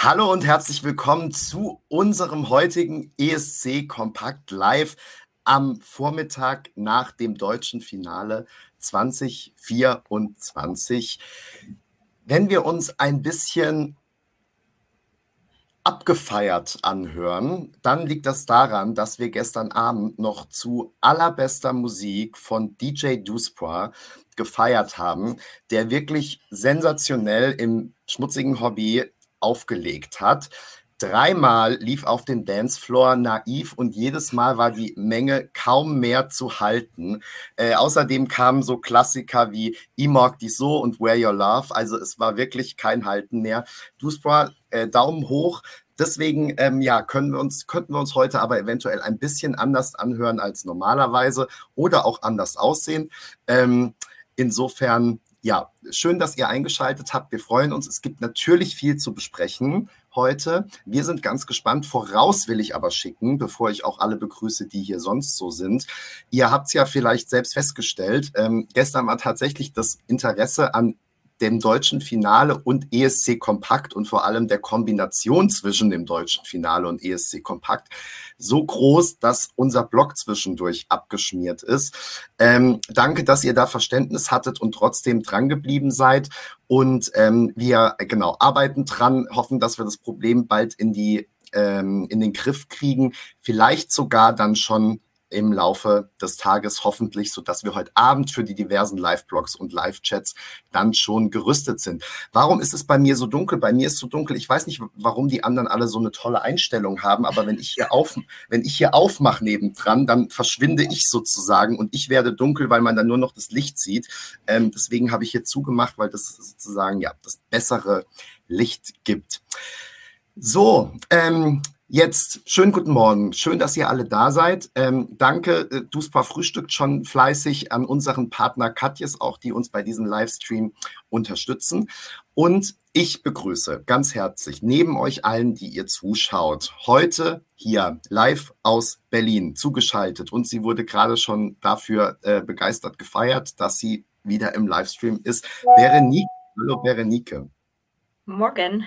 Hallo und herzlich willkommen zu unserem heutigen ESC Kompakt Live am Vormittag nach dem deutschen Finale 2024. Wenn wir uns ein bisschen abgefeiert anhören, dann liegt das daran, dass wir gestern Abend noch zu allerbester Musik von DJ Duspois gefeiert haben, der wirklich sensationell im schmutzigen Hobby aufgelegt hat. Dreimal lief auf dem Dancefloor Naiv und jedes Mal war die Menge kaum mehr zu halten. Außerdem kamen so Klassiker wie Imog die So und Where Your Love. Also es war wirklich kein Halten mehr. Duspois, Daumen hoch. Deswegen könnten wir uns heute aber eventuell ein bisschen anders anhören als normalerweise oder auch anders aussehen. Insofern, ja, schön, dass ihr eingeschaltet habt. Wir freuen uns. Es gibt natürlich viel zu besprechen heute. Wir sind ganz gespannt. Voraus will ich aber schicken, bevor ich auch alle begrüße, die hier sonst so sind. Ihr habt es ja vielleicht selbst festgestellt. Gestern war tatsächlich das Interesse an dem deutschen Finale und ESC Kompakt und vor allem der Kombination zwischen dem deutschen Finale und ESC Kompakt so groß, dass unser Blog zwischendurch abgeschmiert ist. Danke, dass ihr da Verständnis hattet und trotzdem dran geblieben seid. Und wir arbeiten dran, hoffen, dass wir das Problem bald in den Griff kriegen. Vielleicht sogar dann schon im Laufe des Tages hoffentlich, sodass wir heute Abend für die diversen Live-Blogs und Live-Chats dann schon gerüstet sind. Warum ist es bei mir so dunkel? Bei mir ist es so dunkel. Ich weiß nicht, warum die anderen alle so eine tolle Einstellung haben, aber wenn ich hier aufmache nebendran, dann verschwinde ich sozusagen und ich werde dunkel, weil man dann nur noch das Licht sieht. Deswegen habe ich hier zugemacht, weil das sozusagen das bessere Licht gibt. So, jetzt, schönen guten Morgen. Schön, dass ihr alle da seid. Danke, Duspois frühstückt schon fleißig an unseren Partner Katjes, auch die uns bei diesem Livestream unterstützen. Und ich begrüße ganz herzlich neben euch allen, die ihr zuschaut, heute hier live aus Berlin zugeschaltet. Und sie wurde gerade schon dafür begeistert gefeiert, dass sie wieder im Livestream ist. Berenike. Hallo Berenike. Morgen.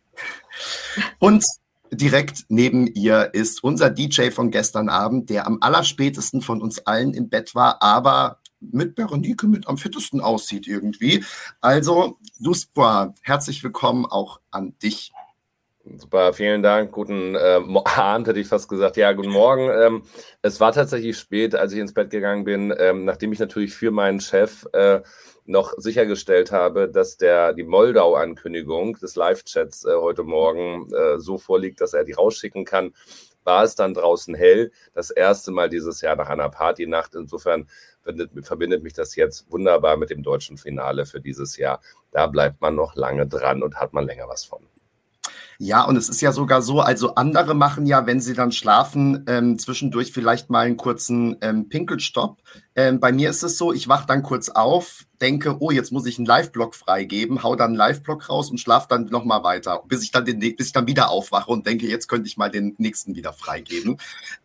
Und direkt neben ihr ist unser DJ von gestern Abend, der am allerspätesten von uns allen im Bett war, aber mit Berenike mit am fittesten aussieht irgendwie. Also, Duspois, herzlich willkommen auch an dich. Super, vielen Dank. Guten Abend, hätte ich fast gesagt. Ja, guten Morgen. Es war tatsächlich spät, als ich ins Bett gegangen bin, nachdem ich natürlich für meinen Chef noch sichergestellt habe, dass die Moldau-Ankündigung des Live-Chats heute Morgen so vorliegt, dass er die rausschicken kann, war es dann draußen hell. Das erste Mal dieses Jahr nach einer Partynacht. Insofern verbindet mich das jetzt wunderbar mit dem deutschen Finale für dieses Jahr. Da bleibt man noch lange dran und hat man länger was von. Ja, und es ist ja sogar so, also andere machen ja, wenn sie dann schlafen, zwischendurch vielleicht mal einen kurzen Pinkelstopp. Bei mir ist es so, ich wache dann kurz auf, denke, oh, jetzt muss ich einen Live-Blog freigeben, hau dann einen Live-Blog raus und schlafe dann nochmal weiter, bis ich dann wieder aufwache und denke, jetzt könnte ich mal den nächsten wieder freigeben.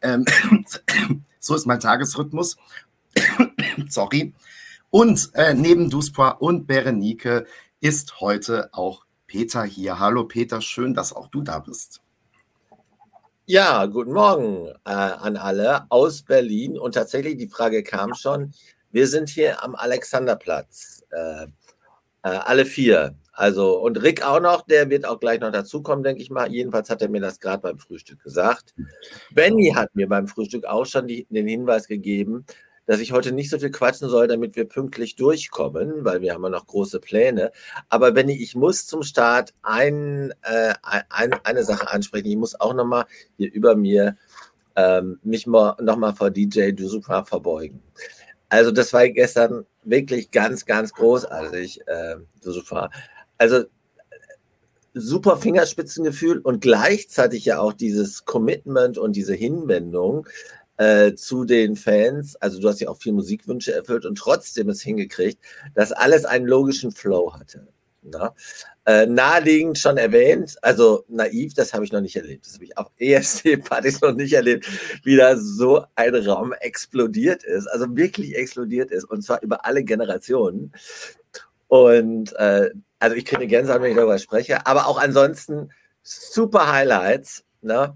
So ist mein Tagesrhythmus. Sorry. Und neben Duspois und Berenike ist heute auch Peter hier. Hallo Peter, schön, dass auch du da bist. Ja, guten Morgen an alle aus Berlin. Und tatsächlich, die Frage kam schon, wir sind hier am Alexanderplatz, alle vier. Also, und Rick auch noch, der wird auch gleich noch dazukommen, denke ich mal. Jedenfalls hat er mir das gerade beim Frühstück gesagt. Benny hat mir beim Frühstück auch schon den Hinweis gegeben, dass ich heute nicht so viel quatschen soll, damit wir pünktlich durchkommen, weil wir haben ja noch große Pläne. Aber Benni, ich muss zum Start eine Sache ansprechen. Ich muss auch nochmal hier über mir mich nochmal vor DJ Duspois verbeugen. Also das war gestern wirklich ganz, ganz großartig, Duspois. Also super Fingerspitzengefühl und gleichzeitig ja auch dieses Commitment und diese Hinwendung zu den Fans. Also du hast ja auch viel Musikwünsche erfüllt und trotzdem es hingekriegt, dass alles einen logischen Flow hatte. Naheliegend schon erwähnt, also Naiv, das habe ich noch nicht erlebt. Das habe ich auf ESC-Partys noch nicht erlebt, wie da so ein Raum explodiert ist, also wirklich explodiert ist und zwar über alle Generationen. Und also ich kriege Gänsehaut, wenn ich darüber spreche, aber auch ansonsten super Highlights. Ne?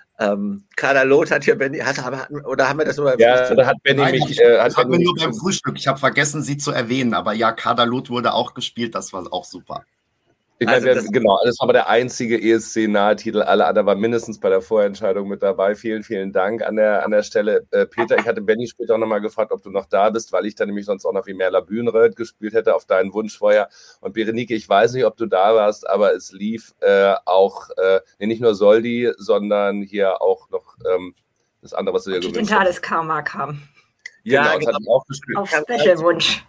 Kader Loth hat ja Benny, oder haben wir das nur beim Frühstück? Da hat Benny mich. Das hatten wir nur beim Frühstück. Ich habe vergessen, sie zu erwähnen, aber ja, Kader Loth wurde auch gespielt, das war auch super. Ich meine, genau, das war aber der einzige ESC-nahe Titel. Alle anderen waren mindestens bei der Vorentscheidung mit dabei. Vielen, vielen Dank an der Stelle. Peter, ich hatte Benny später auch nochmal gefragt, ob du noch da bist, weil ich dann nämlich sonst auch noch wie Merla Bühnröth gespielt hätte auf deinen Wunsch vorher. Und Berenike, ich weiß nicht, ob du da warst, aber es lief auch, nicht nur Soldi, sondern hier auch noch das andere, was du dir gewünscht hast. Digitales Karma kam. Ja, genau. Das hat ich auch gespielt. Auf Special-Wunsch.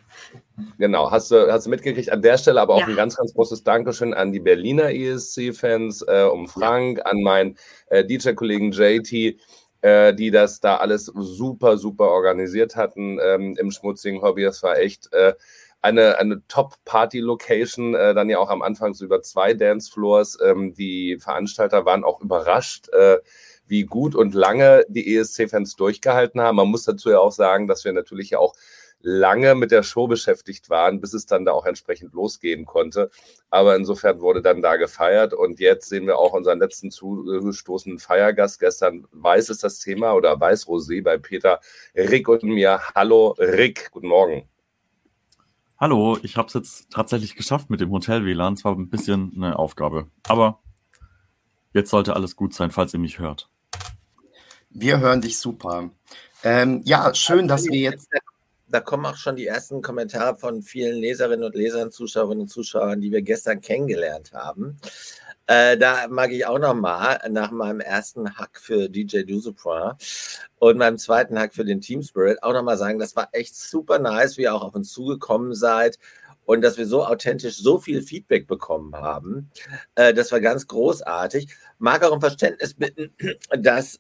Genau, hast du mitgekriegt. An der Stelle aber auch ein ganz, ganz großes Dankeschön an die Berliner ESC-Fans, um Frank, an meinen DJ-Kollegen JT, die das da alles super, super organisiert hatten im schmutzigen Hobby. Das war echt eine Top-Party-Location, dann ja auch am Anfang so über 2 Dancefloors. Die Veranstalter waren auch überrascht, wie gut und lange die ESC-Fans durchgehalten haben. Man muss dazu ja auch sagen, dass wir natürlich ja auch lange mit der Show beschäftigt waren, bis es dann da auch entsprechend losgehen konnte. Aber insofern wurde dann da gefeiert und jetzt sehen wir auch unseren letzten zugestoßenen Feiergast. Gestern Weiß ist das Thema oder Weiß Rosé bei Peter, Rick und mir. Hallo Rick, guten Morgen. Hallo, ich habe es jetzt tatsächlich geschafft mit dem Hotel-WLAN. Es war ein bisschen eine Aufgabe, aber jetzt sollte alles gut sein, falls ihr mich hört. Wir hören dich super. Ja, schön, dass wir jetzt... Da kommen auch schon die ersten Kommentare von vielen Leserinnen und Lesern, Zuschauerinnen und Zuschauern, die wir gestern kennengelernt haben. Da mag ich auch nochmal nach meinem ersten Hack für DJ Dusupin und meinem zweiten Hack für den Team Spirit auch nochmal sagen, das war echt super nice, wie ihr auch auf uns zugekommen seid und dass wir so authentisch so viel Feedback bekommen haben. Das war ganz großartig. Mag auch um Verständnis bitten, dass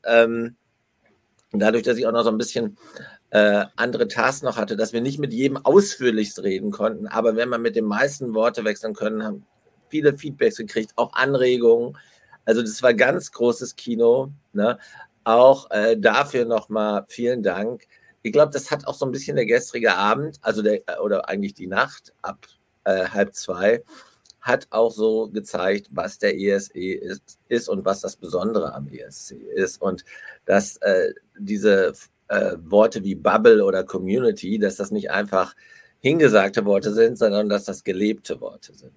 dadurch, dass ich auch noch so ein bisschen andere Tasks noch hatte, dass wir nicht mit jedem ausführlichst reden konnten, aber wenn wir mit den meisten Worte wechseln können, haben viele Feedbacks gekriegt, auch Anregungen. Also das war ganz großes Kino. Ne? Auch dafür nochmal vielen Dank. Ich glaube, das hat auch so ein bisschen der gestrige Abend, also oder eigentlich die Nacht ab 1:30, hat auch so gezeigt, was der ESC ist und was das Besondere am ESC ist. Und dass diese Worte wie Bubble oder Community, dass das nicht einfach hingesagte Worte sind, sondern dass das gelebte Worte sind.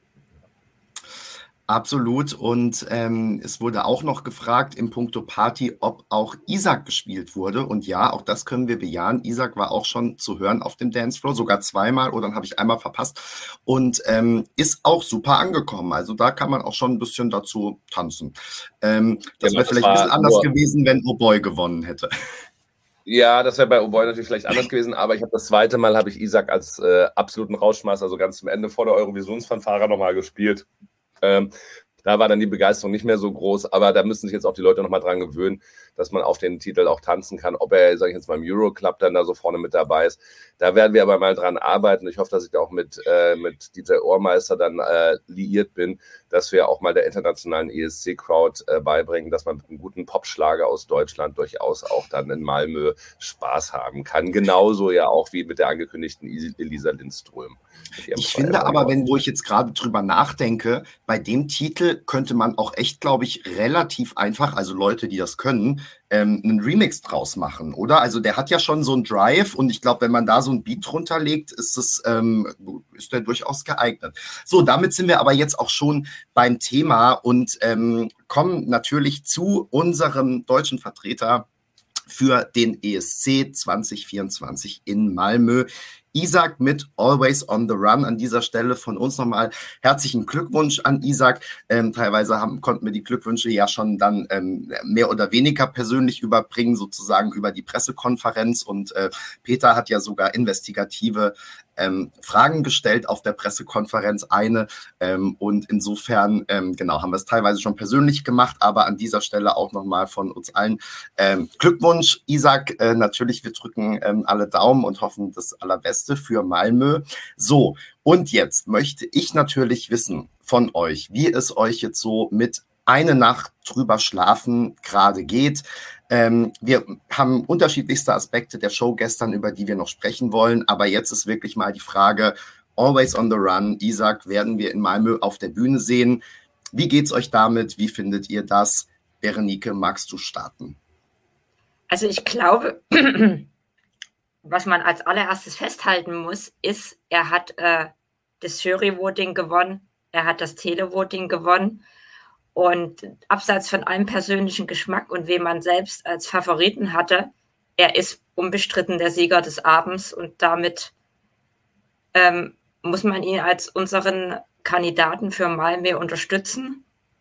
Absolut. Und es wurde auch noch gefragt im Punkto Party, ob auch Isaac gespielt wurde. Und ja, auch das können wir bejahen. Isaac war auch schon zu hören auf dem Dancefloor, sogar zweimal oder dann habe ich einmal verpasst. Und ist auch super angekommen. Also da kann man auch schon ein bisschen dazu tanzen. Das wäre vielleicht ein bisschen anders gewesen, wenn Oh Boy gewonnen hätte. Ja, das wäre bei Oh Boy natürlich vielleicht anders gewesen, aber ich habe das zweite Mal, habe ich Isaac als absoluten Rauschmeister, also ganz zum Ende vor der Eurovisionsfanfare nochmal gespielt. Da war dann die Begeisterung nicht mehr so groß, aber da müssen sich jetzt auch die Leute nochmal dran gewöhnen, dass man auf den Titel auch tanzen kann. Ob er, sage ich jetzt mal, im Euroclub dann da so vorne mit dabei ist, da werden wir aber mal dran arbeiten. Ich hoffe, dass ich da auch mit DJ Ohrmeister dann liiert bin, dass wir auch mal der internationalen ESC-Crowd beibringen, dass man mit einem guten Popschlager aus Deutschland durchaus auch dann in Malmö Spaß haben kann. Genauso ja auch wie mit der angekündigten Elisa Lindström. Ich finde aber, wo ich jetzt gerade drüber nachdenke, bei dem Titel könnte man auch echt, glaube ich, relativ einfach, also Leute, die das können, einen Remix draus machen, oder? Also der hat ja schon so einen Drive und ich glaube, wenn man da so ein Beat drunter legt, ist der durchaus geeignet. So, damit sind wir aber jetzt auch schon beim Thema und kommen natürlich zu unserem deutschen Vertreter für den ESC 2024 in Malmö. Isaac mit Always on the Run. An dieser Stelle von uns nochmal herzlichen Glückwunsch an Isaac. Teilweise konnten wir die Glückwünsche ja schon dann mehr oder weniger persönlich überbringen, sozusagen über die Pressekonferenz. Und Peter hat ja sogar investigative Fragen gestellt auf der Pressekonferenz, und insofern, genau, haben wir es teilweise schon persönlich gemacht, aber an dieser Stelle auch nochmal von uns allen Glückwunsch, Isaac. Natürlich, wir drücken alle Daumen und hoffen das Allerbeste für Malmö. So, und jetzt möchte ich natürlich wissen von euch, wie es euch jetzt so mit eine Nacht drüber schlafen gerade geht. Wir haben unterschiedlichste Aspekte der Show gestern, über die wir noch sprechen wollen, aber jetzt ist wirklich mal die Frage, Always on the Run, Isaac, werden wir in Malmö auf der Bühne sehen? Wie geht's euch damit? Wie findet ihr das? Berenike, magst du starten? Also ich glaube, was man als allererstes festhalten muss, ist, er hat das Jury-Voting gewonnen, er hat das Televoting gewonnen und abseits von allem persönlichen Geschmack und wen man selbst als Favoriten hatte, er ist unbestritten der Sieger des Abends und damit muss man ihn als unseren Kandidaten für Malmö unterstützen.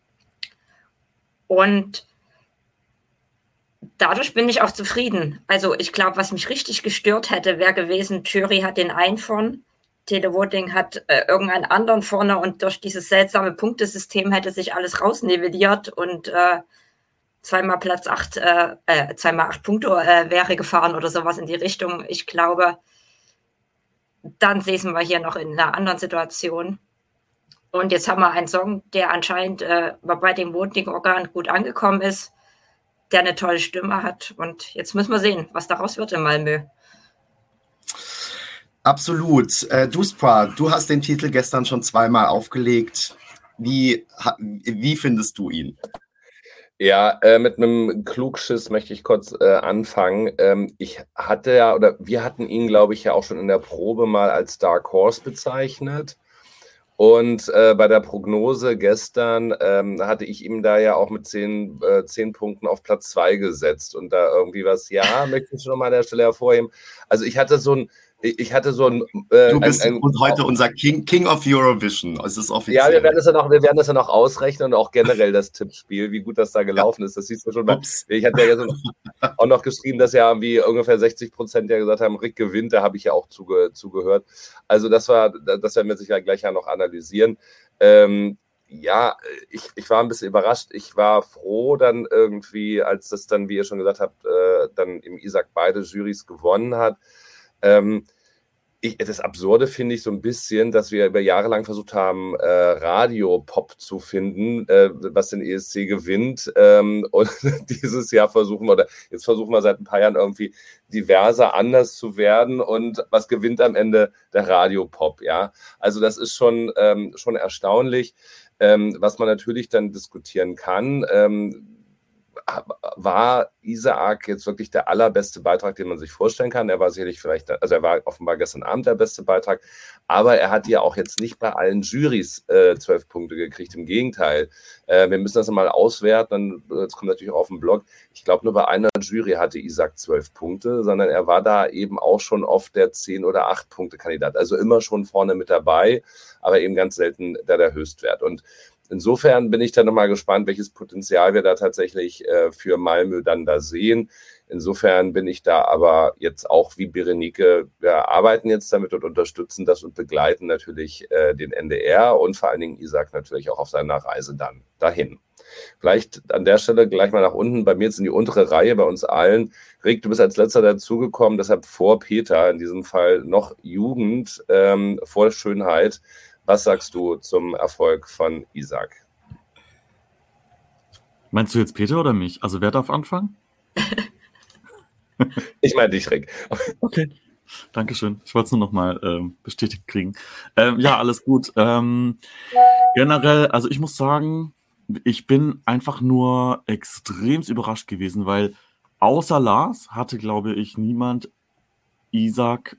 Und dadurch bin ich auch zufrieden. Also ich glaube, was mich richtig gestört hätte, wäre gewesen, Jury hat den einen vorn, Televoting hat irgendeinen anderen vorne und durch dieses seltsame Punktesystem hätte sich alles rausnivelliert und zweimal 8 Punkte wäre gefahren oder sowas in die Richtung. Ich glaube, dann säßen wir hier noch in einer anderen Situation. Und jetzt haben wir einen Song, der anscheinend bei dem Voting-Organ gut angekommen ist, der eine tolle Stimme hat. Und jetzt müssen wir sehen, was daraus wird in Malmö. Absolut. Duspra, du hast den Titel gestern schon zweimal aufgelegt. Wie findest du ihn? Ja, mit einem Klugschiss möchte ich kurz anfangen. Wir hatten ihn, glaube ich, ja auch schon in der Probe mal als Dark Horse bezeichnet. Und bei der Prognose gestern hatte ich ihm da ja auch mit 10 Punkten auf Platz 2 gesetzt und da irgendwie möchte ich schon mal an der Stelle hervorheben. Also ich hatte so ein du bist heute unser King of Eurovision. Es ist offiziell. Ja, wir werden das ja noch ausrechnen und auch generell das Tippspiel, wie gut das da gelaufen ist. Das siehst du schon. Ich hatte ja auch noch geschrieben, dass ja irgendwie ungefähr 60% ja gesagt haben, Rick gewinnt. Da habe ich ja auch zugehört. Also das werden wir sicher gleich ja noch analysieren. Ja, ich war ein bisschen überrascht. Ich war froh dann irgendwie, als das dann, wie ihr schon gesagt habt, dann im Isaac beide Jurys gewonnen hat. Das Absurde finde ich so ein bisschen, dass wir über Jahre lang versucht haben, Radio-Pop zu finden, was den ESC gewinnt. Und dieses Jahr versuchen wir seit ein paar Jahren irgendwie diverser, anders zu werden. Und was gewinnt am Ende? Der Radio-Pop, ja. Also das ist schon erstaunlich, was man natürlich dann diskutieren kann. War Isaac jetzt wirklich der allerbeste Beitrag, den man sich vorstellen kann? Er war sicherlich er war offenbar gestern Abend der beste Beitrag, aber er hat ja auch jetzt nicht bei allen Jurys 12 Punkte gekriegt. Im Gegenteil, wir müssen das mal auswerten, jetzt kommt natürlich auch auf den Blog. Ich glaube, nur bei einer Jury hatte Isaac 12 Punkte, sondern er war da eben auch schon oft der 10 oder 8 Punkte Kandidat. Also immer schon vorne mit dabei, aber eben ganz selten der Höchstwert. Und insofern bin ich dann nochmal gespannt, welches Potenzial wir da tatsächlich für Malmö dann da sehen. Insofern bin ich da aber jetzt auch wie Berenike, wir arbeiten jetzt damit und unterstützen das und begleiten natürlich den NDR und vor allen Dingen Isaac natürlich auch auf seiner Reise dann dahin. Vielleicht an der Stelle gleich mal nach unten, bei mir jetzt in die untere Reihe, bei uns allen. Rick, du bist als letzter dazugekommen, deshalb vor Peter, in diesem Fall noch Jugend, vor Schönheit. Was sagst du zum Erfolg von Isaac? Meinst du jetzt Peter oder mich? Also wer darf anfangen? Ich meine dich, Rick. Okay, Dankeschön. Ich wollte es nur nochmal bestätigt kriegen. Ja, alles gut. Generell, also ich muss sagen, ich bin einfach nur extremst überrascht gewesen, weil außer Lars hatte, glaube ich, niemand Isaac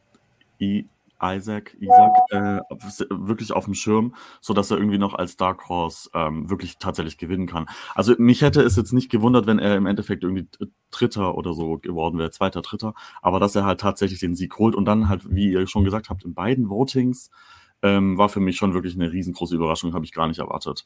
wirklich auf dem Schirm, sodass er irgendwie noch als Dark Horse wirklich tatsächlich gewinnen kann. Also mich hätte es jetzt nicht gewundert, wenn er im Endeffekt irgendwie Dritter oder so geworden wäre, Zweiter, Dritter, aber dass er halt tatsächlich den Sieg holt und dann halt, wie ihr schon gesagt habt, in beiden Votings war für mich schon wirklich eine riesengroße Überraschung, habe ich gar nicht erwartet.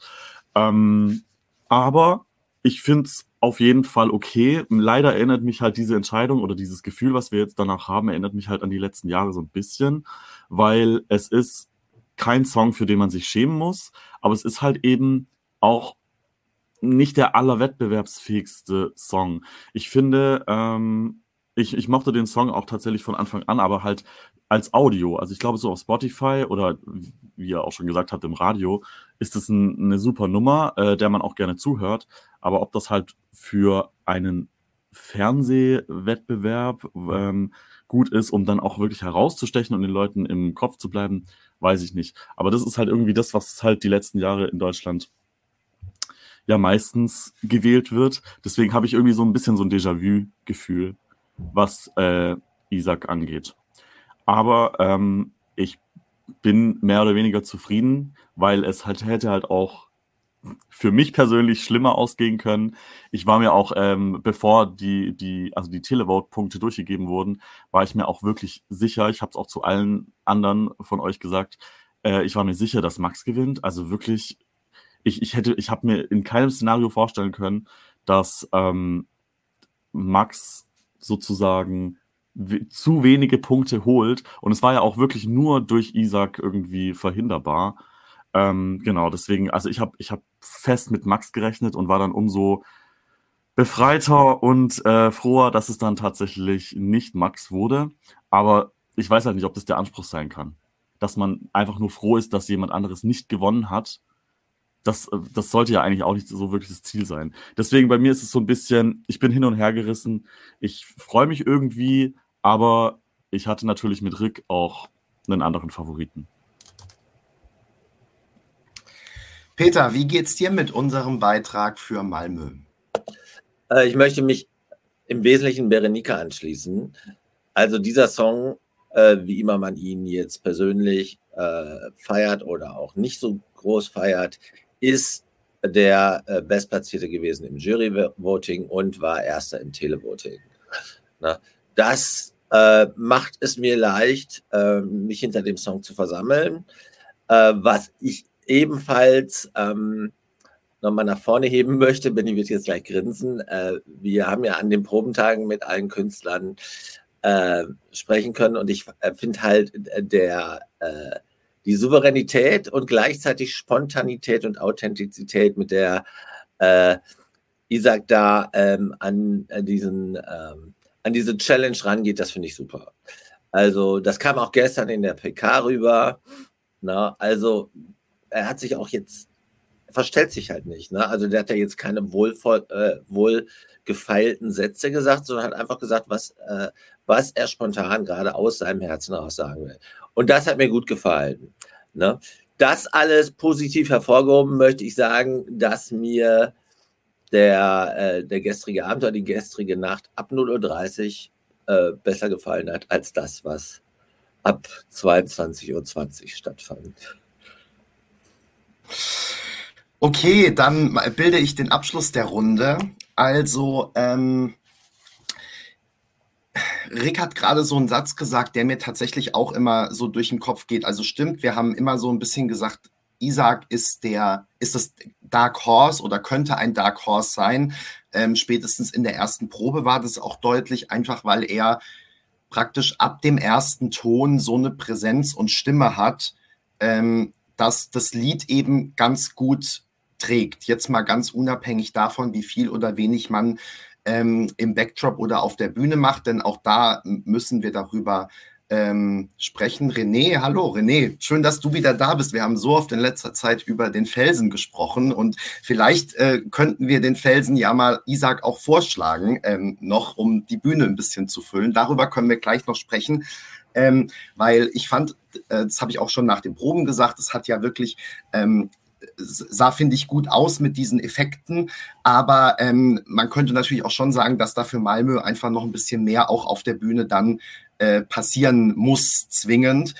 Aber ich finde es auf jeden Fall okay. Leider erinnert mich halt diese Entscheidung oder dieses Gefühl, was wir jetzt danach haben, erinnert mich halt an die letzten Jahre so ein bisschen, weil es ist kein Song, für den man sich schämen muss, aber es ist halt eben auch nicht der allerwettbewerbsfähigste Song. Ich finde, ich mochte den Song auch tatsächlich von Anfang an, aber halt als Audio. Also ich glaube, so auf Spotify oder wie ihr auch schon gesagt habt, im Radio, ist es eine super Nummer, der man auch gerne zuhört. Aber ob das halt für einen Fernsehwettbewerb gut ist, um dann auch wirklich herauszustechen und den Leuten im Kopf zu bleiben, weiß ich nicht. Aber das ist halt irgendwie das, was halt die letzten Jahre in Deutschland ja meistens gewählt wird. Deswegen habe ich irgendwie so ein bisschen so ein Déjà-vu-Gefühl, was Isaac angeht. Aber ich bin mehr oder weniger zufrieden, weil es halt hätte halt auch für mich persönlich schlimmer ausgehen können. Ich war mir auch, bevor die Televote-Punkte durchgegeben wurden, war ich mir auch wirklich sicher, ich habe es auch zu allen anderen von euch gesagt, ich war mir sicher, dass Max gewinnt. Also wirklich, ich habe mir in keinem Szenario vorstellen können, dass Max sozusagen zu wenige Punkte holt. Und es war ja auch wirklich nur durch Isaac irgendwie verhinderbar. Genau, deswegen, also ich hab fest mit Max gerechnet und war dann umso befreiter und froher, dass es dann tatsächlich nicht Max wurde. Aber ich weiß halt nicht, ob das der Anspruch sein kann. Dass man einfach nur froh ist, dass jemand anderes nicht gewonnen hat. Das sollte ja eigentlich auch nicht so wirklich das Ziel sein. Deswegen bei mir ist es so ein bisschen, ich bin hin und her gerissen. Ich freue mich irgendwie, aber ich hatte natürlich mit Rick auch einen anderen Favoriten. Peter, wie geht's dir mit unserem Beitrag für Malmö? Ich möchte mich im Wesentlichen Berenika anschließen. Also dieser Song, wie immer man ihn jetzt persönlich feiert oder auch nicht so groß feiert, ist der Bestplatzierte gewesen im Jury-Voting und war Erster im Televoting. Das macht es mir leicht, mich hinter dem Song zu versammeln. Was ich ebenfalls nochmal nach vorne heben möchte, Benni wird jetzt gleich grinsen. Wir haben ja an den Probentagen mit allen Künstlern sprechen können und ich finde halt die Souveränität und gleichzeitig Spontanität und Authentizität, mit der Isaac da an diese Challenge rangeht, das finde ich super. Also das kam auch gestern in der PK rüber. Also er hat sich auch jetzt, verstellt sich halt nicht. Also der hat ja jetzt keine wohlgefeilten Sätze gesagt, sondern hat einfach gesagt, was er spontan gerade aus seinem Herzen raus sagen will. Und das hat mir gut gefallen. Das alles positiv hervorgehoben, möchte ich sagen, dass mir der gestrige Abend oder die gestrige Nacht ab 0:30 Uhr besser gefallen hat, als das, was ab 22:20 Uhr stattfand. Okay, dann bilde ich den Abschluss der Runde. Also, Rick hat gerade so einen Satz gesagt, der mir tatsächlich auch immer so durch den Kopf geht. Also stimmt, wir haben immer so ein bisschen gesagt, Isaac ist das Dark Horse oder könnte ein Dark Horse sein. Spätestens in der ersten Probe war das auch deutlich, einfach weil er praktisch ab dem ersten Ton so eine Präsenz und Stimme hat, dass das Lied eben ganz gut trägt. Jetzt mal ganz unabhängig davon, wie viel oder wenig man im Backdrop oder auf der Bühne macht, denn auch da müssen wir darüber sprechen. René, hallo René, schön, dass du wieder da bist. Wir haben so oft in letzter Zeit über den Felsen gesprochen und vielleicht könnten wir den Felsen ja mal Isaac auch vorschlagen, noch um die Bühne ein bisschen zu füllen. Darüber können wir gleich noch sprechen, weil ich fand, das habe ich auch schon nach den Proben gesagt, es hat ja wirklich sah, finde ich, gut aus mit diesen Effekten, aber man könnte natürlich auch schon sagen, dass da für Malmö einfach noch ein bisschen mehr auch auf der Bühne dann passieren muss, zwingend.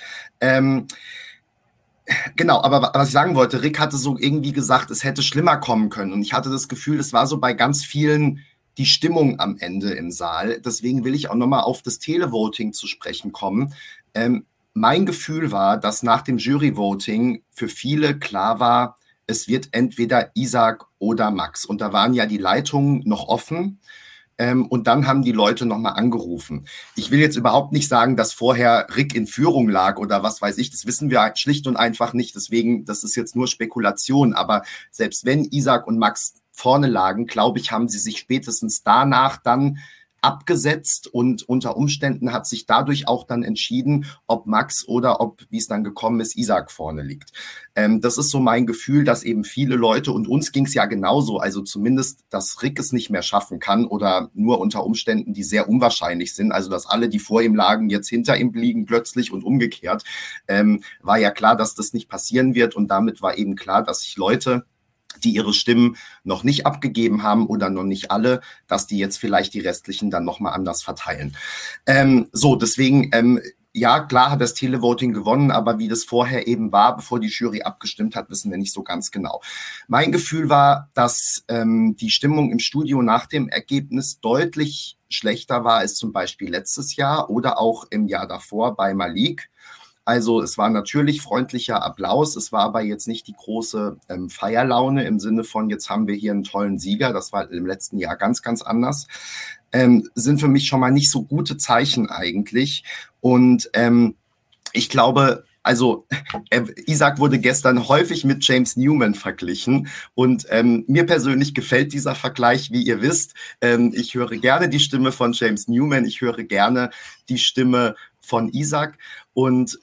Genau, aber was ich sagen wollte, Rick hatte so irgendwie gesagt, es hätte schlimmer kommen können und ich hatte das Gefühl, es war so bei ganz vielen die Stimmung am Ende im Saal. Deswegen will ich auch nochmal auf das Televoting zu sprechen kommen. Mein Gefühl war, dass nach dem Juryvoting für viele klar war, es wird entweder Isaac oder Max. Und da waren ja die Leitungen noch offen. Und dann haben die Leute nochmal angerufen. Ich will jetzt überhaupt nicht sagen, dass vorher Rick in Führung lag oder was weiß ich. Das wissen wir schlicht und einfach nicht. Deswegen, das ist jetzt nur Spekulation. Aber selbst wenn Isaac und Max vorne lagen, glaube ich, haben sie sich spätestens danach dann abgesetzt und unter Umständen hat sich dadurch auch dann entschieden, ob Max oder ob, wie es dann gekommen ist, Isaac vorne liegt. Das ist so mein Gefühl, dass eben viele Leute, und uns ging es ja genauso, also zumindest, dass Rick es nicht mehr schaffen kann oder nur unter Umständen, die sehr unwahrscheinlich sind, also dass alle, die vor ihm lagen, jetzt hinter ihm liegen plötzlich und umgekehrt, war ja klar, dass das nicht passieren wird und damit war eben klar, dass sich Leute die ihre Stimmen noch nicht abgegeben haben oder noch nicht alle, dass die jetzt vielleicht die restlichen dann nochmal anders verteilen. Deswegen, ja, klar hat das Televoting gewonnen, aber wie das vorher eben war, bevor die Jury abgestimmt hat, wissen wir nicht so ganz genau. Mein Gefühl war, dass die Stimmung im Studio nach dem Ergebnis deutlich schlechter war als zum Beispiel letztes Jahr oder auch im Jahr davor bei Malik. Also es war natürlich freundlicher Applaus, es war aber jetzt nicht die große Feierlaune im Sinne von, jetzt haben wir hier einen tollen Sieger, das war im letzten Jahr ganz, ganz anders. Sind für mich schon mal nicht so gute Zeichen eigentlich. Und ich glaube, also Isaac wurde gestern häufig mit James Newman verglichen und mir persönlich gefällt dieser Vergleich, wie ihr wisst. Ich höre gerne die Stimme von James Newman, ich höre gerne die Stimme von Isaac und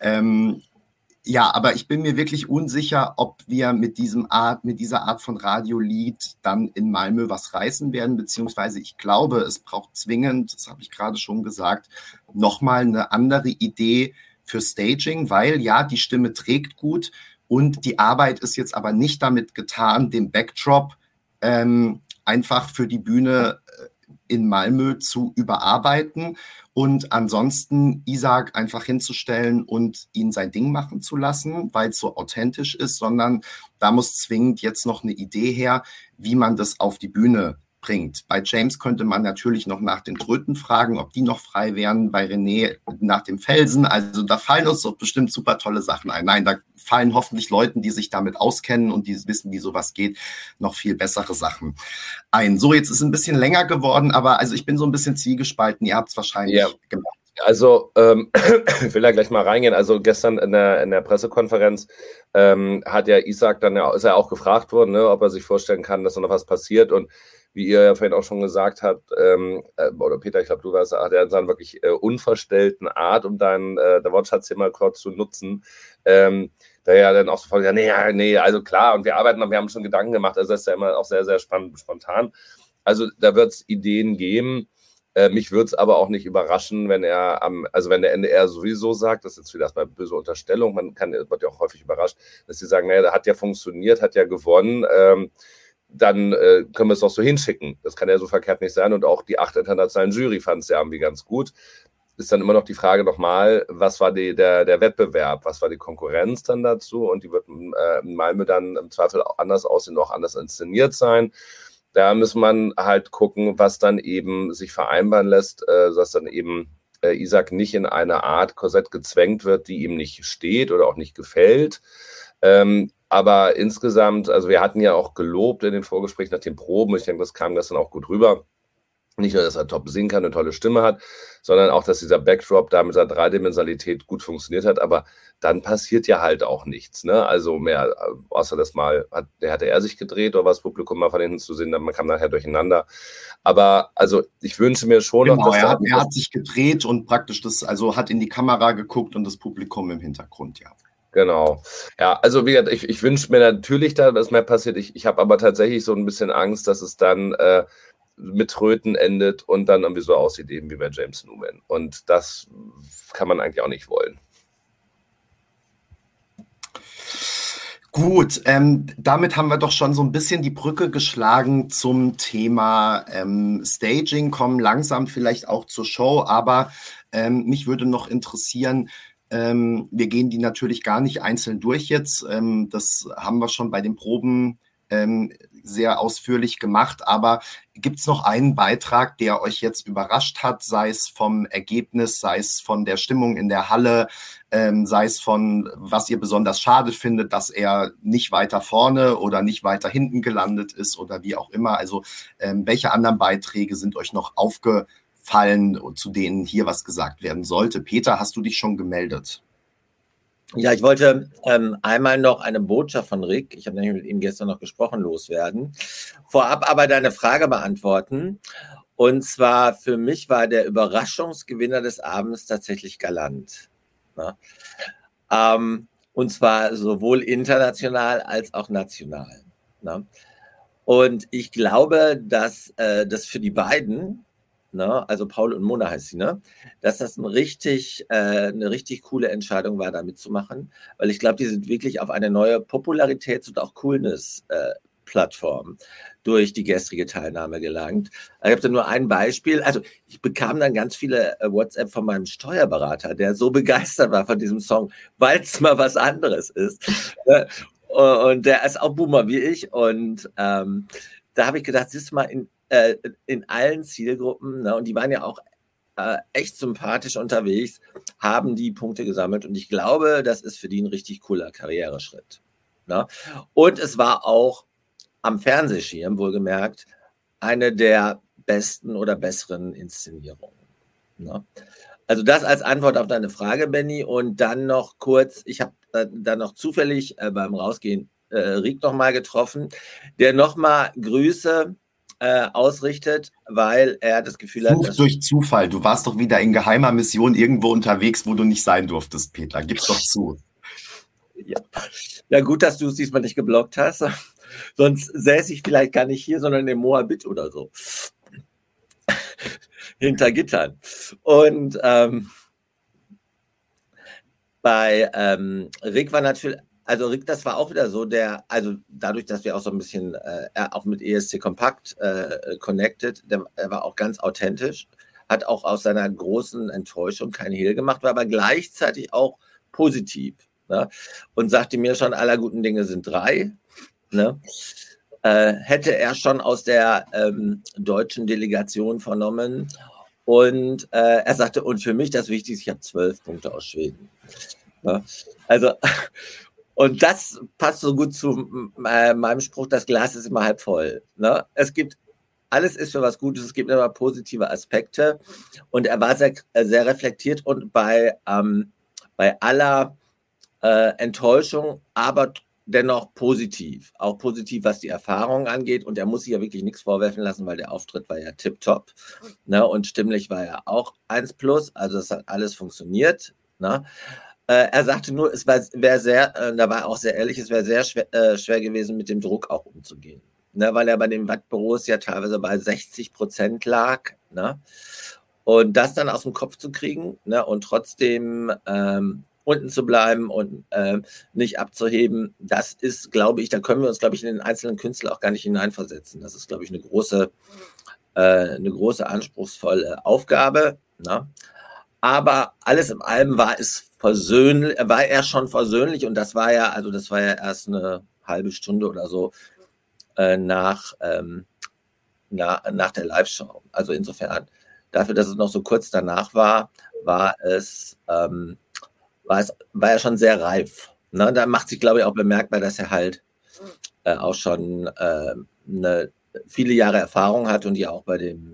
ja, aber ich bin mir wirklich unsicher, ob wir mit dieser Art von Radiolied dann in Malmö was reißen werden, beziehungsweise ich glaube, es braucht zwingend, das habe ich gerade schon gesagt, nochmal eine andere Idee für Staging, weil ja, die Stimme trägt gut und die Arbeit ist jetzt aber nicht damit getan, den Backdrop einfach für die Bühne in Malmö zu überarbeiten und ansonsten Isaac einfach hinzustellen und ihn sein Ding machen zu lassen, weil es so authentisch ist, sondern da muss zwingend jetzt noch eine Idee her, wie man das auf die Bühne bringt. Bei James könnte man natürlich noch nach den Tröten fragen, ob die noch frei wären, bei René nach dem Felsen. Also da fallen uns doch bestimmt super tolle Sachen ein. Nein, da fallen hoffentlich Leuten, die sich damit auskennen und die wissen, wie sowas geht, noch viel bessere Sachen ein. So, jetzt ist es ein bisschen länger geworden, aber also ich bin so ein bisschen zwiegespalten. Ihr habt es wahrscheinlich gemacht. Also, ich will da gleich mal reingehen. Also gestern in der Pressekonferenz hat ja Isaac ist er auch gefragt worden, ne, ob er sich vorstellen kann, dass noch was passiert. Und wie ihr ja vorhin auch schon gesagt habt, oder Peter, ich glaube, du warst, hat er in seiner wirklich unverstellten Art, um deinen der Wortschatz hier mal kurz zu nutzen, da ja dann auch sofort gesagt, nee, also klar, und wir arbeiten und wir haben schon Gedanken gemacht. Also das ist ja immer auch sehr, sehr spannend, spontan. Also da wird es Ideen geben. Mich würde es aber auch nicht überraschen, wenn der NDR sowieso sagt, das ist jetzt wieder erstmal eine böse Unterstellung, wird ja auch häufig überrascht, dass sie sagen, naja, das hat ja funktioniert, hat ja gewonnen, dann können wir es doch so hinschicken. Das kann ja so verkehrt nicht sein und auch die 8 internationalen Jury fanden es ja irgendwie ganz gut. Ist dann immer noch die Frage nochmal, was war der Wettbewerb, was war die Konkurrenz dann dazu und die wird in Malmö dann im Zweifel auch anders aussehen, auch anders inszeniert sein. Da muss man halt gucken, was dann eben sich vereinbaren lässt, dass dann eben Isaac nicht in eine Art Korsett gezwängt wird, die ihm nicht steht oder auch nicht gefällt. Aber insgesamt, also wir hatten ja auch gelobt in den Vorgesprächen nach den Proben, ich denke, das kam gestern auch gut rüber. Nicht nur, dass er top singen kann, eine tolle Stimme hat, sondern auch, dass dieser Backdrop da mit seiner Dreidimensionalität gut funktioniert hat. Aber dann passiert ja halt auch nichts, ne? Also mehr, außer das mal, hatte er sich gedreht oder war das Publikum mal von hinten zu sehen, dann man kam nachher durcheinander. Aber also ich wünsche mir schon noch, dass er hat sich gedreht und praktisch hat in die Kamera geguckt und das Publikum im Hintergrund, ja. Genau. Ja, also wie gesagt, ich wünsche mir natürlich, dass mehr passiert. Ich habe aber tatsächlich so ein bisschen Angst, dass es dann mit Tröten endet und dann irgendwie so aussieht, eben wie bei James Newman. Und das kann man eigentlich auch nicht wollen. Gut, damit haben wir doch schon so ein bisschen die Brücke geschlagen zum Thema Staging, kommen langsam vielleicht auch zur Show, aber mich würde noch interessieren, wir gehen die natürlich gar nicht einzeln durch jetzt, das haben wir schon bei den Proben sehr ausführlich gemacht, aber gibt es noch einen Beitrag, der euch jetzt überrascht hat, sei es vom Ergebnis, sei es von der Stimmung in der Halle, sei es von, was ihr besonders schade findet, dass er nicht weiter vorne oder nicht weiter hinten gelandet ist oder wie auch immer. Also welche anderen Beiträge sind euch noch aufgefallen, zu denen hier was gesagt werden sollte? Peter, hast du dich schon gemeldet? Ja, ich wollte einmal noch eine Botschaft von Rick, ich habe nämlich mit ihm gestern noch gesprochen, loswerden. Vorab aber deine Frage beantworten. Und zwar für mich war der Überraschungsgewinner des Abends tatsächlich Galant. Ja? Und zwar sowohl international als auch national. Ja? Und ich glaube, dass das für die beiden, also Paul und Mona heißt sie, dass das eine richtig coole Entscheidung war, da mitzumachen, weil ich glaube, die sind wirklich auf eine neue Popularitäts- und auch Coolness Plattform durch die gestrige Teilnahme gelangt. Ich habe da nur ein Beispiel. Also ich bekam dann ganz viele WhatsApp von meinem Steuerberater, der so begeistert war von diesem Song, weil es mal was anderes ist. Und der ist auch Boomer wie ich. Und da habe ich gedacht, siehst du mal, in allen Zielgruppen, ne, und die waren ja auch echt sympathisch unterwegs, haben die Punkte gesammelt. Und ich glaube, das ist für die ein richtig cooler Karriereschritt. Ne? Und es war auch am Fernsehschirm, wohlgemerkt, eine der besten oder besseren Inszenierungen. Ne? Also das als Antwort auf deine Frage, Benny. Und dann noch kurz, ich habe dann noch zufällig beim Rausgehen Rick nochmal getroffen, der nochmal Grüße ausrichtet, weil er das Gefühl hat, dass durch Zufall. Du warst doch wieder in geheimer Mission irgendwo unterwegs, wo du nicht sein durftest, Peter. Gib's doch zu. Ja, gut, dass du es diesmal nicht geblockt hast. Sonst säße ich vielleicht gar nicht hier, sondern in Moabit oder so. Hinter Gittern. Und bei Rick war natürlich, also Rick, das war auch wieder so, also dadurch, dass wir auch so ein bisschen auch mit ESC Kompakt connected, er war auch ganz authentisch, hat auch aus seiner großen Enttäuschung kein Hehl gemacht, war aber gleichzeitig auch positiv. Ne? Und sagte mir schon, aller guten Dinge sind 3. Ne? Hätte er schon aus der deutschen Delegation vernommen. Und er sagte, und für mich das Wichtigste, ich habe 12 Punkte aus Schweden. Ne? Also, und das passt so gut zu meinem Spruch, das Glas ist immer halb voll. Ne? Alles ist für was Gutes, es gibt immer positive Aspekte. Und er war sehr, sehr reflektiert und bei aller Enttäuschung, aber dennoch positiv. Auch positiv, was die Erfahrung angeht. Und er muss sich ja wirklich nichts vorwerfen lassen, weil der Auftritt war ja tipptopp. Ne? Und stimmlich war ja auch 1+. Also es hat alles funktioniert. Ne? Er sagte nur, wäre sehr, da war er auch sehr ehrlich, es wäre sehr schwer gewesen, mit dem Druck auch umzugehen. Ne? Weil er bei den Wattbüros ja teilweise bei 60% lag. Ne? Und das dann aus dem Kopf zu kriegen, ne? Und trotzdem unten zu bleiben und nicht abzuheben, das ist, glaube ich, da können wir uns, glaube ich, in den einzelnen Künstler auch gar nicht hineinversetzen. Das ist, glaube ich, eine große, anspruchsvolle Aufgabe. Ne? Aber alles in allem war er schon versöhnlich und das war ja erst eine halbe Stunde oder so nach der Live-Show. Also insofern, dafür, dass es noch so kurz danach war er schon sehr reif. Ne? Da macht sich, glaube ich, auch bemerkbar, dass er halt auch schon viele Jahre Erfahrung hat und ja auch bei dem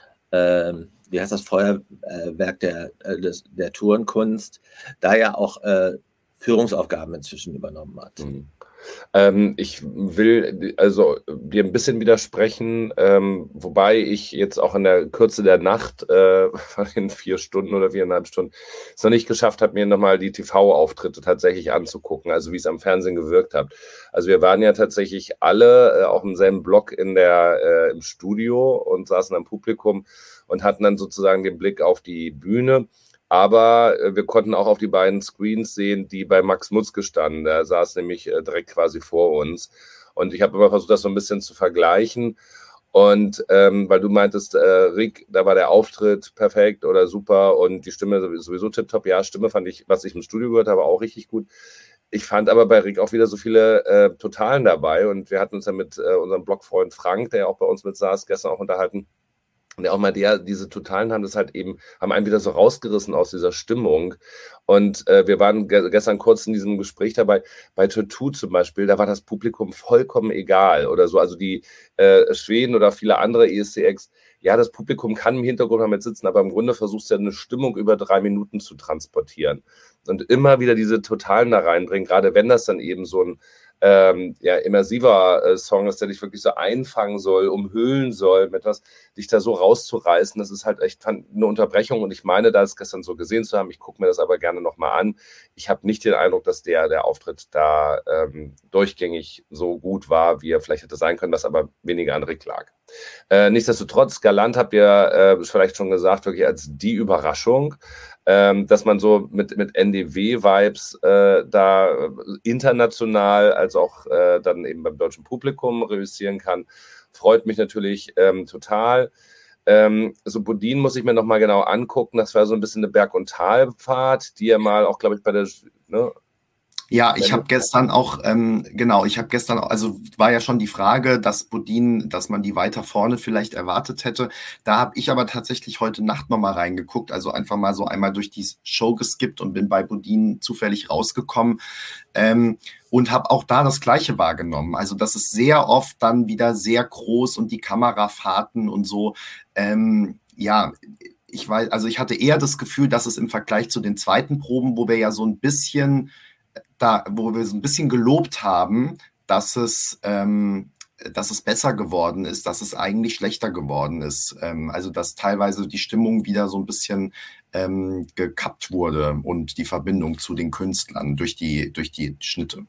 wie heißt das, Feuerwerk der Tourenkunst, da ja auch Führungsaufgaben inzwischen übernommen hat. Mhm. Ich will also dir ein bisschen widersprechen, wobei ich jetzt auch in der Kürze der Nacht von den 4 Stunden oder 4,5 Stunden es noch nicht geschafft habe, mir nochmal die TV-Auftritte tatsächlich anzugucken, also wie es am Fernsehen gewirkt hat. Also wir waren ja tatsächlich alle auch im selben Block im Studio und saßen am Publikum und hatten dann sozusagen den Blick auf die Bühne. Aber wir konnten auch auf die beiden Screens sehen, die bei Max Mutzke standen. Der saß nämlich direkt quasi vor uns. Und ich habe immer versucht, das so ein bisschen zu vergleichen. Und weil du meintest, Rick, da war der Auftritt perfekt oder super und die Stimme sowieso tipptopp. Ja, Stimme fand ich, was ich im Studio gehört habe, auch richtig gut. Ich fand aber bei Rick auch wieder so viele Totalen dabei. Und wir hatten uns ja mit unserem Blogfreund Frank, der ja auch bei uns mit saß, gestern auch unterhalten. Und auch mal diese Totalen haben einen wieder so rausgerissen aus dieser Stimmung. Und wir waren gestern kurz in diesem Gespräch dabei, bei Tattoo zum Beispiel, da war das Publikum vollkommen egal oder so. Also die Schweden oder viele andere ESC-Acts, ja, das Publikum kann im Hintergrund damit sitzen, aber im Grunde versuchst du ja eine Stimmung über 3 Minuten zu transportieren. Und immer wieder diese Totalen da reinbringen, gerade wenn das dann eben so ein immersiver Song ist, der dich wirklich so einfangen soll, umhüllen soll, mit was dich da so rauszureißen. Das ist halt echt eine Unterbrechung und ich meine, das gestern so gesehen zu haben. Ich gucke mir das aber gerne nochmal an. Ich habe nicht den Eindruck, dass der Auftritt da durchgängig so gut war, wie er vielleicht hätte sein können, was aber weniger an Rick lag. Nichtsdestotrotz, Galant habt ihr vielleicht schon gesagt, wirklich als die Überraschung. dass man so mit NDW-Vibes da international als auch dann eben beim deutschen Publikum reüssieren kann. Freut mich natürlich total. So Bodin muss ich mir nochmal genau angucken. Das war so ein bisschen eine Berg- und Talfahrt, die ja mal auch, glaube ich, bei der... Ne? Ja, ich habe gestern auch, also war ja schon die Frage, dass Bodin, dass man die weiter vorne vielleicht erwartet hätte. Da habe ich aber tatsächlich heute Nacht nochmal reingeguckt, also einfach mal so einmal durch die Show geskippt und bin bei Bodin zufällig rausgekommen und habe auch da das Gleiche wahrgenommen. Also das ist sehr oft dann wieder sehr groß und die Kamerafahrten und so, ja, ich hatte eher das Gefühl, dass es im Vergleich zu den zweiten Proben, wo wir ja so ein bisschen gelobt haben, dass es besser geworden ist, dass es eigentlich schlechter geworden ist. Also dass teilweise die Stimmung wieder so ein bisschen gekappt wurde und die Verbindung zu den Künstlern durch die Schnitte.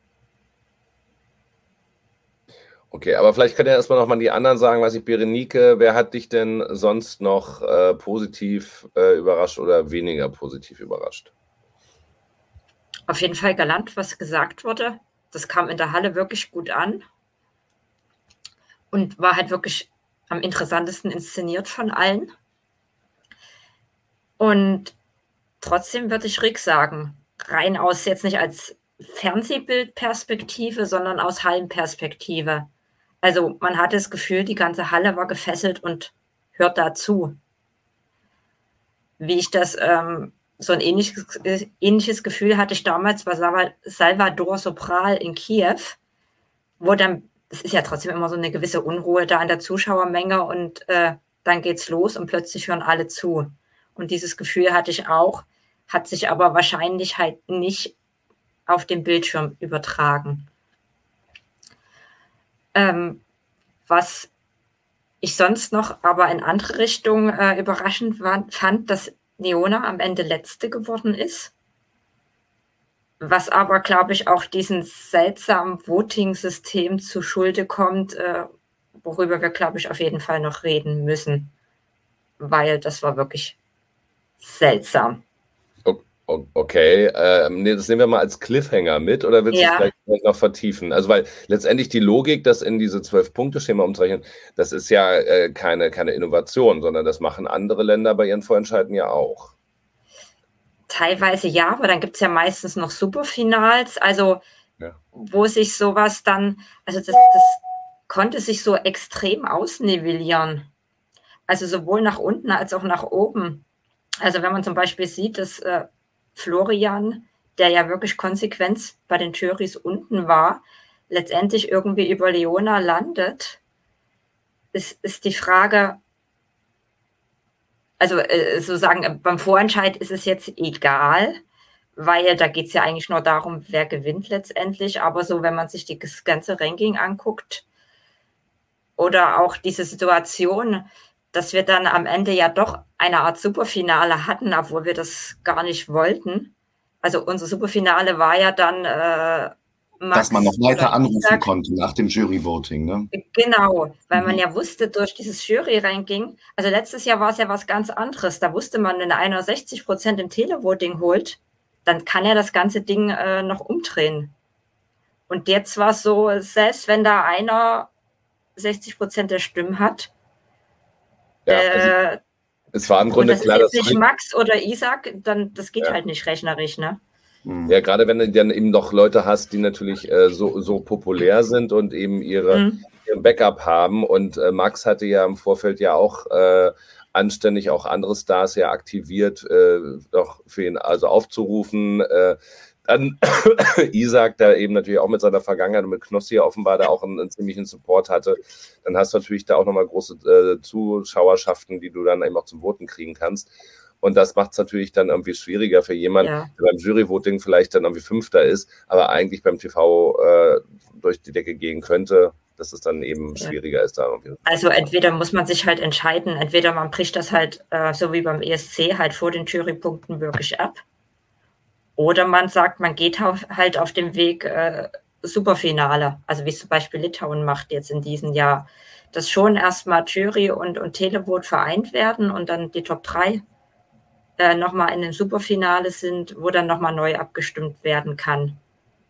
Okay, aber vielleicht können ja erstmal nochmal die anderen sagen, Berenike, wer hat dich denn sonst noch positiv überrascht oder weniger positiv überrascht? Auf jeden Fall galant, was gesagt wurde. Das kam in der Halle wirklich gut an und war halt wirklich am interessantesten inszeniert von allen. Und trotzdem würde ich Rick sagen, rein aus jetzt nicht als Fernsehbildperspektive, sondern aus Hallenperspektive. Also man hatte das Gefühl, die ganze Halle war gefesselt und hört dazu. Wie ich das so ein ähnliches Gefühl hatte ich damals bei Salvador Sobral in Kiew, wo dann, es ist ja trotzdem immer so eine gewisse Unruhe da an der Zuschauermenge und dann geht's los und plötzlich hören alle zu. Und dieses Gefühl hatte ich auch, hat sich aber wahrscheinlich halt nicht auf dem Bildschirm übertragen. Was ich sonst noch aber in andere Richtung überraschend fand, dass Neona am Ende Letzte geworden ist. Was aber, glaube ich, auch diesem seltsamen Voting-System zu Schulde kommt, worüber wir, glaube ich, auf jeden Fall noch reden müssen. Weil das war wirklich seltsam. Okay, das nehmen wir mal als Cliffhanger mit oder willst du es gleich noch vertiefen? Also weil letztendlich die Logik, das in diese 12-Punkte-Schema umzurechnen, das ist ja keine Innovation, sondern das machen andere Länder bei ihren Vorentscheiden ja auch. Teilweise ja, aber dann gibt es ja meistens noch Superfinals, also wo sich sowas dann, also das konnte sich so extrem ausnivellieren. Also sowohl nach unten als auch nach oben. Also wenn man zum Beispiel sieht, dass Florian, der ja wirklich konsequent bei den Jurys unten war, letztendlich irgendwie über Leona landet, ist die Frage, also sozusagen beim Vorentscheid ist es jetzt egal, weil da geht es ja eigentlich nur darum, wer gewinnt letztendlich, aber so, wenn man sich das ganze Ranking anguckt oder auch diese Situation, dass wir dann am Ende ja doch eine Art Superfinale hatten, obwohl wir das gar nicht wollten. Also unser Superfinale war ja dann Max, dass man noch weiter anrufen konnte nach dem Jury-Voting, ne? Genau, weil man ja wusste, durch dieses Jury-Ranking, also letztes Jahr war es ja was ganz anderes, da wusste man, wenn einer 60% im Televoting holt, dann kann er das ganze Ding noch umdrehen. Und jetzt war es so, selbst wenn da einer 60% der Stimmen hat, also es war im Grunde das klar, ist jetzt nicht Max oder Isaac, dann das geht halt nicht rechnerisch, ne? Ja, gerade wenn du dann eben noch Leute hast, die natürlich so populär sind und eben ihren Backup haben. Und Max hatte ja im Vorfeld ja auch anständig auch andere Stars ja aktiviert, doch für ihn also aufzurufen. Dann Isaac, der eben natürlich auch mit seiner Vergangenheit und mit Knossi offenbar da auch einen ziemlichen Support hatte. Dann hast du natürlich da auch nochmal große Zuschauerschaften, die du dann eben auch zum Voten kriegen kannst. Und das macht es natürlich dann irgendwie schwieriger für jemanden, der beim Jury-Voting vielleicht dann irgendwie Fünfter ist, aber eigentlich beim TV durch die Decke gehen könnte, dass es dann eben schwieriger ist. Da irgendwie. Also entweder muss man sich halt entscheiden, entweder man bricht das halt so wie beim ESC halt vor den Jurypunkten wirklich ab. Oder man sagt, man geht halt auf dem Weg Superfinale, also wie es zum Beispiel Litauen macht jetzt in diesem Jahr, dass schon erstmal Jury und Televote vereint werden und dann die Top 3 nochmal in einem Superfinale sind, wo dann nochmal neu abgestimmt werden kann.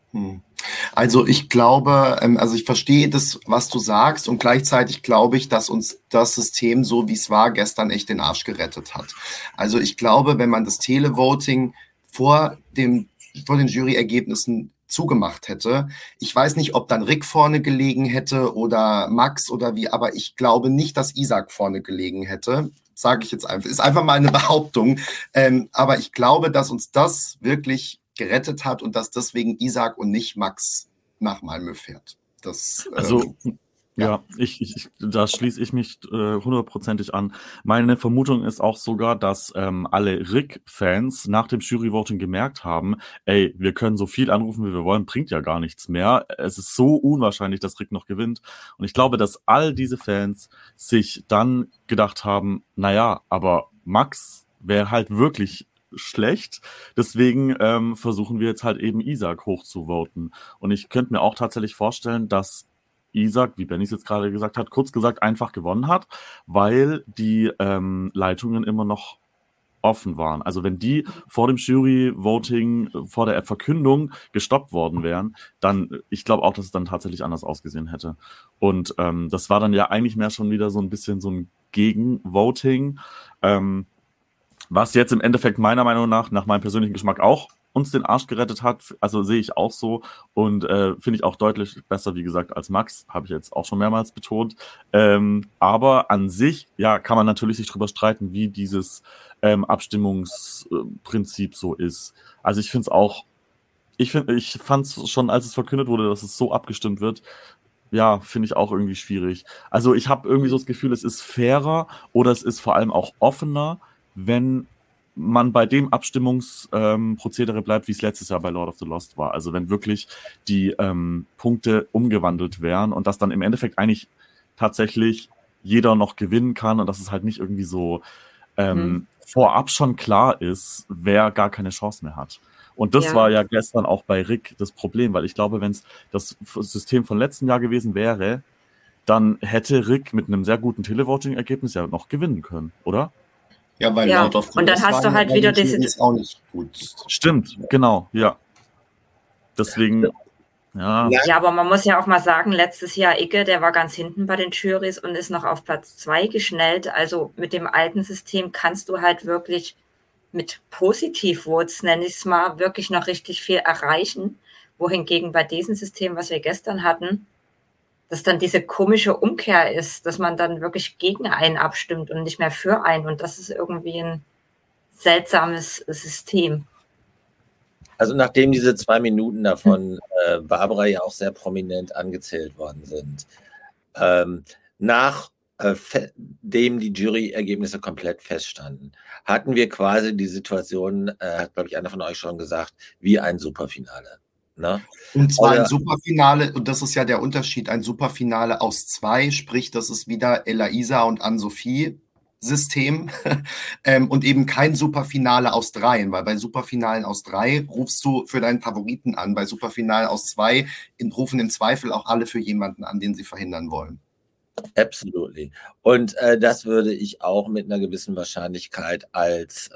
Also ich glaube, also ich verstehe das, was du sagst, und gleichzeitig glaube ich, dass uns das System, so wie es war, gestern echt den Arsch gerettet hat. Also ich glaube, wenn man das Televoting vor den Juryergebnissen zugemacht hätte, ich weiß nicht, ob dann Rick vorne gelegen hätte oder Max oder wie, aber ich glaube nicht, dass Isaac vorne gelegen hätte. Sage ich jetzt einfach. Ist einfach mal eine Behauptung. Aber ich glaube, dass uns das wirklich gerettet hat und dass deswegen Isaac und nicht Max nach Malmö fährt. Das, Also, ja, da schließe ich mich 100%ig an. Meine Vermutung ist auch sogar, dass alle Rick-Fans nach dem Jury-Voting gemerkt haben, ey, wir können so viel anrufen, wie wir wollen, bringt ja gar nichts mehr. Es ist so unwahrscheinlich, dass Rick noch gewinnt. Und ich glaube, dass all diese Fans sich dann gedacht haben, naja, aber Max wäre halt wirklich schlecht. Deswegen versuchen wir jetzt halt eben Isaac hochzuvoten. Und ich könnte mir auch tatsächlich vorstellen, dass Isaac, wie Benny es jetzt gerade gesagt hat, kurz gesagt einfach gewonnen hat, weil die Leitungen immer noch offen waren. Also wenn die vor dem Jury-Voting, vor der Verkündung gestoppt worden wären, dann, ich glaube auch, dass es dann tatsächlich anders ausgesehen hätte. Und das war dann ja eigentlich mehr schon wieder so ein bisschen so ein Gegenvoting, was jetzt im Endeffekt meiner Meinung nach meinem persönlichen Geschmack auch uns den Arsch gerettet hat. Also sehe ich auch so und finde ich auch deutlich besser, wie gesagt, als Max. Habe ich jetzt auch schon mehrmals betont. Aber an sich, ja, kann man natürlich sich drüber streiten, wie dieses Abstimmungsprinzip so ist. Also ich finde es auch, ich fand es schon, als es verkündet wurde, dass es so abgestimmt wird, ja, finde ich auch irgendwie schwierig. Also ich habe irgendwie so das Gefühl, es ist fairer oder es ist vor allem auch offener, wenn man bei dem Abstimmungsprozedere bleibt, wie es letztes Jahr bei Lord of the Lost war. Also wenn wirklich die Punkte umgewandelt wären und dass dann im Endeffekt eigentlich tatsächlich jeder noch gewinnen kann und dass es halt nicht irgendwie so vorab schon klar ist, wer gar keine Chance mehr hat. Und das war ja gestern auch bei Rick das Problem, weil ich glaube, wenn es das System von letztem Jahr gewesen wäre, dann hätte Rick mit einem sehr guten Televoting-Ergebnis ja noch gewinnen können, oder? Ja, weil Ja, Lord of the und dann Lost hast du halt ja wieder die diese- ist auch nicht gut. Stimmt, genau, ja. Deswegen, ja. Ja, aber man muss ja auch mal sagen, letztes Jahr Icke, der war ganz hinten bei den Jurys und ist noch auf Platz 2 geschnellt. Also mit dem alten System kannst du halt wirklich mit Positivvotes, nenne ich es mal, wirklich noch richtig viel erreichen. Wohingegen bei diesem System, was wir gestern hatten, dass dann diese komische Umkehr ist, dass man dann wirklich gegen einen abstimmt und nicht mehr für einen. Und das ist irgendwie ein seltsames System. Also nachdem diese 2 Minuten davon Barbara ja auch sehr prominent angezählt worden sind, nachdem die Juryergebnisse komplett feststanden, hatten wir quasi die Situation, hat, glaube ich, einer von euch schon gesagt, wie ein Superfinale. Ne? Und zwar ein Superfinale, und das ist ja der Unterschied, ein Superfinale aus 2, sprich, das ist wieder Elaisa und Ann-Sophie System und eben kein Superfinale aus 3, weil bei Superfinalen aus 3 rufst du für deinen Favoriten an, bei Superfinalen aus 2 rufen im Zweifel auch alle für jemanden an, den sie verhindern wollen. Absolutely. Und das würde ich auch mit einer gewissen Wahrscheinlichkeit als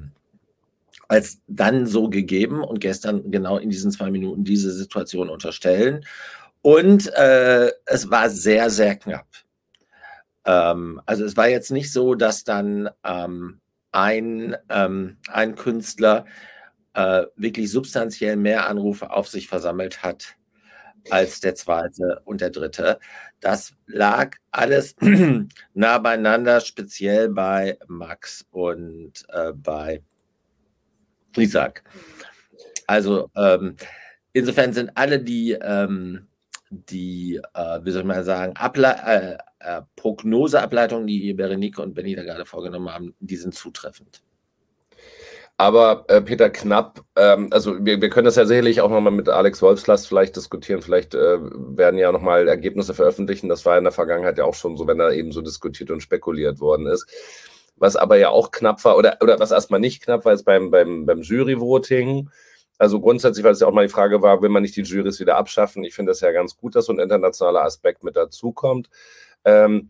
dann so gegeben und gestern genau in diesen 2 Minuten diese Situation unterstellen. Und es war sehr, sehr knapp. Also es war jetzt nicht so, dass dann ein Künstler wirklich substanziell mehr Anrufe auf sich versammelt hat als der zweite und der dritte. Das lag alles nah beieinander, speziell bei Max und bei Isaac. Also insofern sind alle die wie soll ich mal sagen, Prognoseableitungen, die Berenike und Benny da gerade vorgenommen haben, die sind zutreffend. Aber Peter Knapp, also wir können das ja sicherlich auch nochmal mit Alex Wolfslast vielleicht diskutieren, vielleicht werden ja nochmal Ergebnisse veröffentlichen, das war in der Vergangenheit ja auch schon so, wenn da eben so diskutiert und spekuliert worden ist. Was aber ja auch knapp war, oder was erstmal nicht knapp war, ist beim Jury-Voting. Also grundsätzlich, weil es ja auch mal die Frage war, will man nicht die Jurys wieder abschaffen? Ich finde das ja ganz gut, dass so ein internationaler Aspekt mit dazukommt.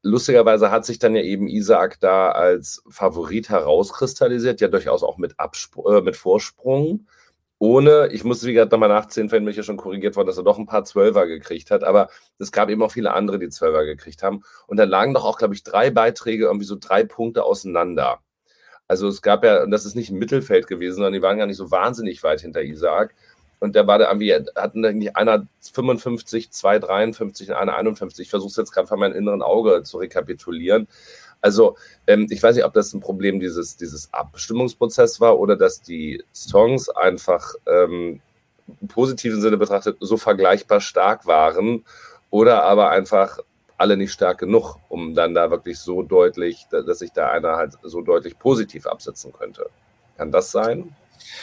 lustigerweise hat sich dann ja eben Isaac da als Favorit herauskristallisiert, ja durchaus auch mit Vorsprung. Ohne, ich musste wie gesagt nochmal nachzählen, wenn mich ja schon korrigiert worden, dass er doch ein paar Zwölfer gekriegt hat, aber es gab eben auch viele andere, die Zwölfer gekriegt haben. Und dann lagen doch auch, glaube ich, 3 Beiträge irgendwie so 3 Punkte auseinander. Also es gab ja, und das ist nicht im Mittelfeld gewesen, sondern die waren gar nicht so wahnsinnig weit hinter Isaac. Und der war da irgendwie, hatten eigentlich einer 55, 2 53 und einer 51. Ich versuche es jetzt gerade von meinem inneren Auge zu rekapitulieren. Also ich weiß nicht, ob das ein Problem dieses Abstimmungsprozess war oder dass die Songs einfach im positiven Sinne betrachtet so vergleichbar stark waren oder aber einfach alle nicht stark genug, um dann da wirklich so deutlich, dass sich da einer halt so deutlich positiv absetzen könnte. Kann das sein?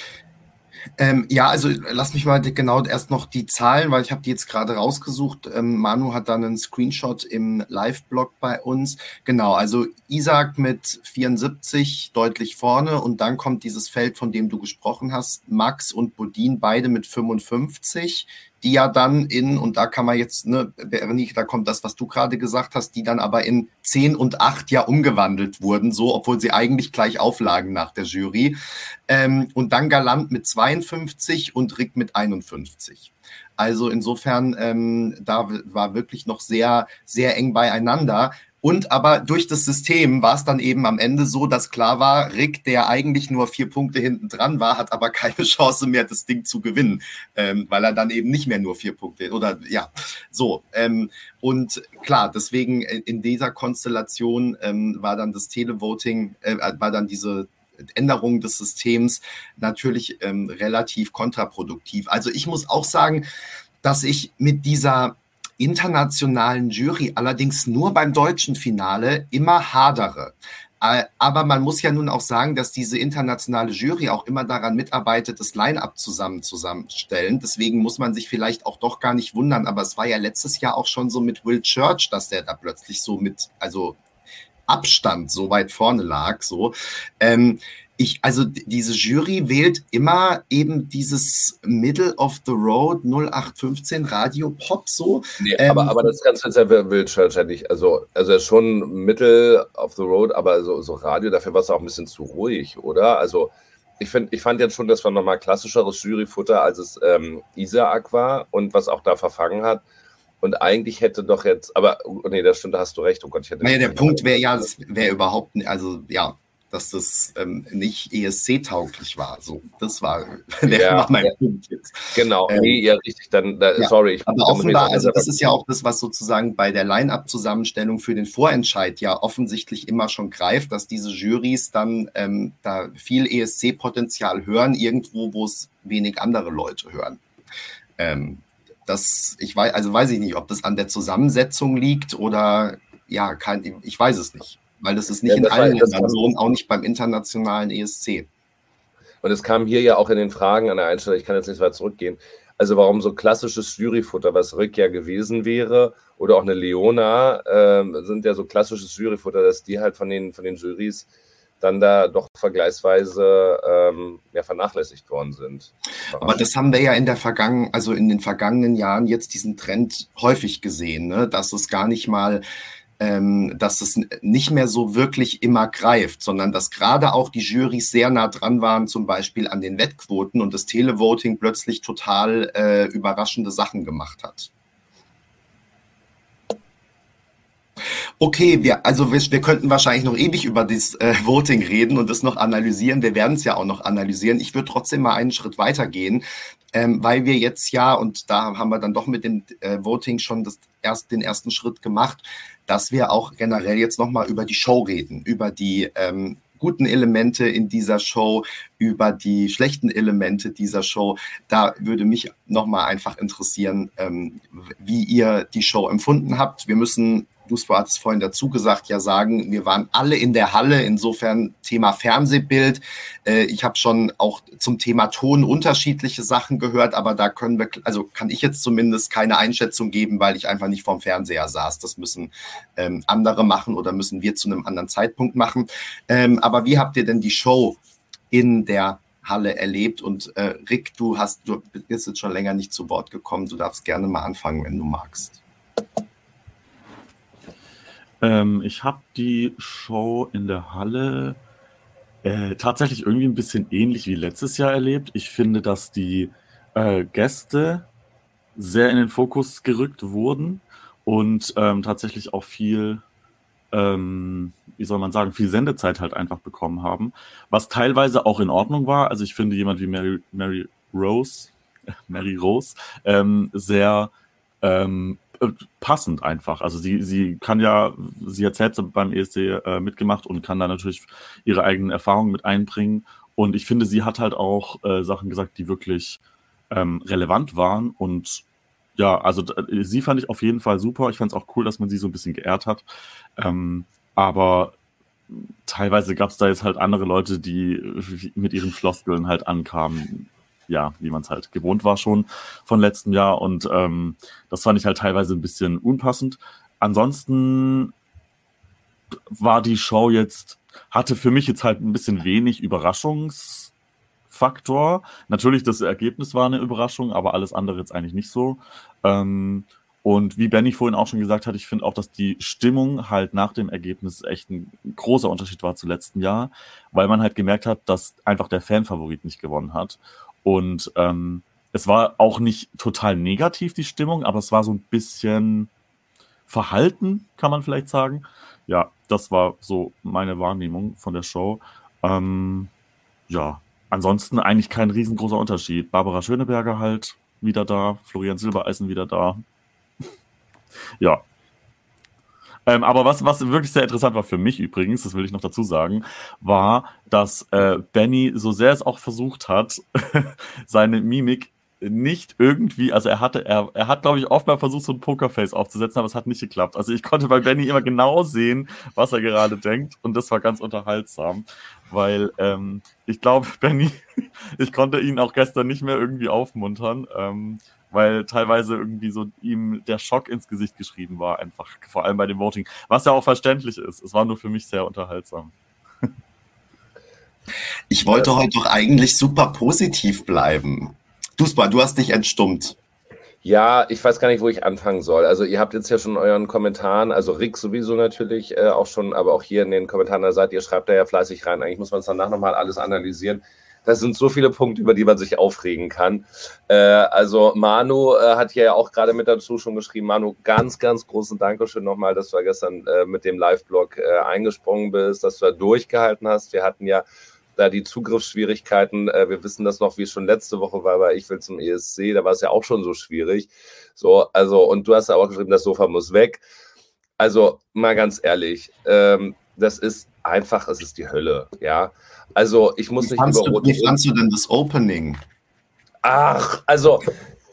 Ja, also lass mich mal genau erst noch die Zahlen, weil ich habe die jetzt gerade rausgesucht. Manu hat dann einen Screenshot im Live-Blog bei uns. Genau, also Isaac mit 74 deutlich vorne und dann kommt dieses Feld, von dem du gesprochen hast, Max und Bodin, beide mit 55, die ja dann und da kann man jetzt, ne, da kommt das, was du gerade gesagt hast, die dann aber in 10 und 8 ja umgewandelt wurden, so, obwohl sie eigentlich gleich auflagen nach der Jury. Und dann Galant mit 52 und Rick mit 51. Also insofern, da war wirklich noch sehr, sehr eng beieinander. Und aber durch das System war es dann eben am Ende so, dass klar war, Rick, der eigentlich nur 4 Punkte hinten dran war, hat aber keine Chance mehr, das Ding zu gewinnen, weil er dann eben nicht mehr nur 4 Punkte, oder ja, so. Und klar, deswegen in dieser Konstellation war dann das Televoting, war dann diese Änderung des Systems natürlich relativ kontraproduktiv. Also ich muss auch sagen, dass ich mit dieser internationalen Jury allerdings nur beim deutschen Finale immer hadere. Aber man muss ja nun auch sagen, dass diese internationale Jury auch immer daran mitarbeitet, das Line-Up zusammenstellen. Deswegen muss man sich vielleicht auch doch gar nicht wundern. Aber es war ja letztes Jahr auch schon so mit Will Church, dass der da plötzlich so mit, also Abstand so weit vorne lag. So. Also diese Jury wählt immer eben dieses Middle of the Road 0815 Radio Pop so. Nee, aber das Ganze ist ja Will Church ja nicht. Also er ist schon Middle of the Road, aber so Radio, dafür war es auch ein bisschen zu ruhig, oder? Also ich fand jetzt schon, das war nochmal klassischeres Juryfutter, als es Isaac war und was auch da verfangen hat. Und eigentlich hätte doch jetzt, aber nee, das stimmt, da hast du recht. Oh Gott, ich hätte. Naja, der Punkt wäre ja, das wäre überhaupt nicht, also ja, dass das nicht ESC-tauglich war. So, das war mein Punkt jetzt. Genau, ja, richtig. Sorry. Aber offenbar, also das ist ja auch das, was sozusagen bei der Line-Up-Zusammenstellung für den Vorentscheid ja offensichtlich immer schon greift, dass diese Jurys dann da viel ESC-Potenzial hören, irgendwo, wo es wenig andere Leute hören. Weiß ich nicht, ob das an der Zusammensetzung liegt oder ja, ich weiß es nicht. Weil das ist nicht in allen Ländern so und auch nicht beim internationalen ESC. Und es kam hier ja auch in den Fragen an der Einstellung, ich kann jetzt nicht weit zurückgehen, also warum so klassisches Juryfutter, was Rick ja gewesen wäre, oder auch eine Leona, sind ja so klassisches Juryfutter, dass die halt von den Jurys dann da doch vergleichsweise vernachlässigt worden sind. Aber das haben wir ja in den vergangenen Jahren jetzt diesen Trend häufig gesehen, ne? Dass es gar nicht mal dass es nicht mehr so wirklich immer greift, sondern dass gerade auch die Jurys sehr nah dran waren, zum Beispiel an den Wettquoten und das Televoting plötzlich total überraschende Sachen gemacht hat. Okay, wir könnten wahrscheinlich noch ewig über das Voting reden und das noch analysieren. Wir werden es ja auch noch analysieren. Ich würde trotzdem mal einen Schritt weiter gehen, weil wir jetzt ja, und da haben wir dann doch mit dem Voting schon den ersten Schritt gemacht, dass wir auch generell jetzt nochmal über die Show reden, über die guten Elemente in dieser Show, über die schlechten Elemente dieser Show. Da würde mich nochmal einfach interessieren, wie ihr die Show empfunden habt. Wir müssen, du hattest vorhin dazu gesagt, ja sagen, wir waren alle in der Halle, insofern Thema Fernsehbild. Ich habe schon auch zum Thema Ton unterschiedliche Sachen gehört, aber da kann ich jetzt zumindest keine Einschätzung geben, weil ich einfach nicht vorm Fernseher saß. Das müssen andere machen oder müssen wir zu einem anderen Zeitpunkt machen. Aber wie habt ihr denn die Show in der Halle erlebt? Und Rick, du bist jetzt schon länger nicht zu Wort gekommen. Du darfst gerne mal anfangen, wenn du magst. Ich habe die Show in der Halle tatsächlich irgendwie ein bisschen ähnlich wie letztes Jahr erlebt. Ich finde, dass die Gäste sehr in den Fokus gerückt wurden und tatsächlich auch viel, wie soll man sagen, viel Sendezeit halt einfach bekommen haben, was teilweise auch in Ordnung war. Also ich finde jemand wie Mary Rose sehr passend einfach. Also sie hat selbst beim ESC mitgemacht und kann da natürlich ihre eigenen Erfahrungen mit einbringen. Und ich finde, sie hat halt auch Sachen gesagt, die wirklich relevant waren. Und ja, also sie fand ich auf jeden Fall super. Ich fand es auch cool, dass man sie so ein bisschen geehrt hat. Aber teilweise gab es da jetzt halt andere Leute, die mit ihren Floskeln halt ankamen. Ja, wie man es halt gewohnt war schon von letztem Jahr. Und das fand ich halt teilweise ein bisschen unpassend. Ansonsten war die Show hatte für mich jetzt halt ein bisschen wenig Überraschungsfaktor. Natürlich, das Ergebnis war eine Überraschung, aber alles andere jetzt eigentlich nicht so. Und wie Benny vorhin auch schon gesagt hat, ich finde auch, dass die Stimmung halt nach dem Ergebnis echt ein großer Unterschied war zu letztem Jahr, weil man halt gemerkt hat, dass einfach der Fanfavorit nicht gewonnen hat. Und es war auch nicht total negativ, die Stimmung, aber es war so ein bisschen verhalten, kann man vielleicht sagen. Ja, das war so meine Wahrnehmung von der Show. Ja, ansonsten eigentlich kein riesengroßer Unterschied. Barbara Schöneberger halt wieder da, Florian Silbereisen wieder da. Ja. Aber was wirklich sehr interessant war für mich übrigens, das will ich noch dazu sagen, war, dass Benny, so sehr es auch versucht hat, seine Mimik nicht irgendwie, also er hat, glaube ich, oft mal versucht, so ein Pokerface aufzusetzen, aber es hat nicht geklappt. Also ich konnte bei Benny immer genau sehen, was er gerade denkt, und das war ganz unterhaltsam, weil ich glaube, Benny, ich konnte ihn auch gestern nicht mehr irgendwie aufmuntern, weil teilweise irgendwie so ihm der Schock ins Gesicht geschrieben war, einfach, vor allem bei dem Voting, was ja auch verständlich ist. Es war nur für mich sehr unterhaltsam. Ich wollte heute doch eigentlich super positiv bleiben. Duspa, du hast dich entstummt. Ja, ich weiß gar nicht, wo ich anfangen soll. Also ihr habt jetzt ja schon in euren Kommentaren, also Rick sowieso natürlich auch schon, aber auch hier in den Kommentaren da seid ihr, schreibt da ja fleißig rein. Eigentlich muss man es danach nochmal alles analysieren. Das sind so viele Punkte, über die man sich aufregen kann. Also Manu hat hier ja auch gerade mit dazu schon geschrieben. Manu, ganz, ganz großen Dankeschön nochmal, dass du gestern mit dem Live-Blog eingesprungen bist, dass du da durchgehalten hast. Wir hatten ja da die Zugriffsschwierigkeiten. Wir wissen das noch, wie es schon letzte Woche war, weil ich will zum ESC, da war es ja auch schon so schwierig. So, also, und du hast ja auch geschrieben, das Sofa muss weg. Also, mal ganz ehrlich, das ist einfach, es ist die Hölle, ja. Also, ich muss nicht über Rot. Wie fandst du denn das Opening? Ach, also,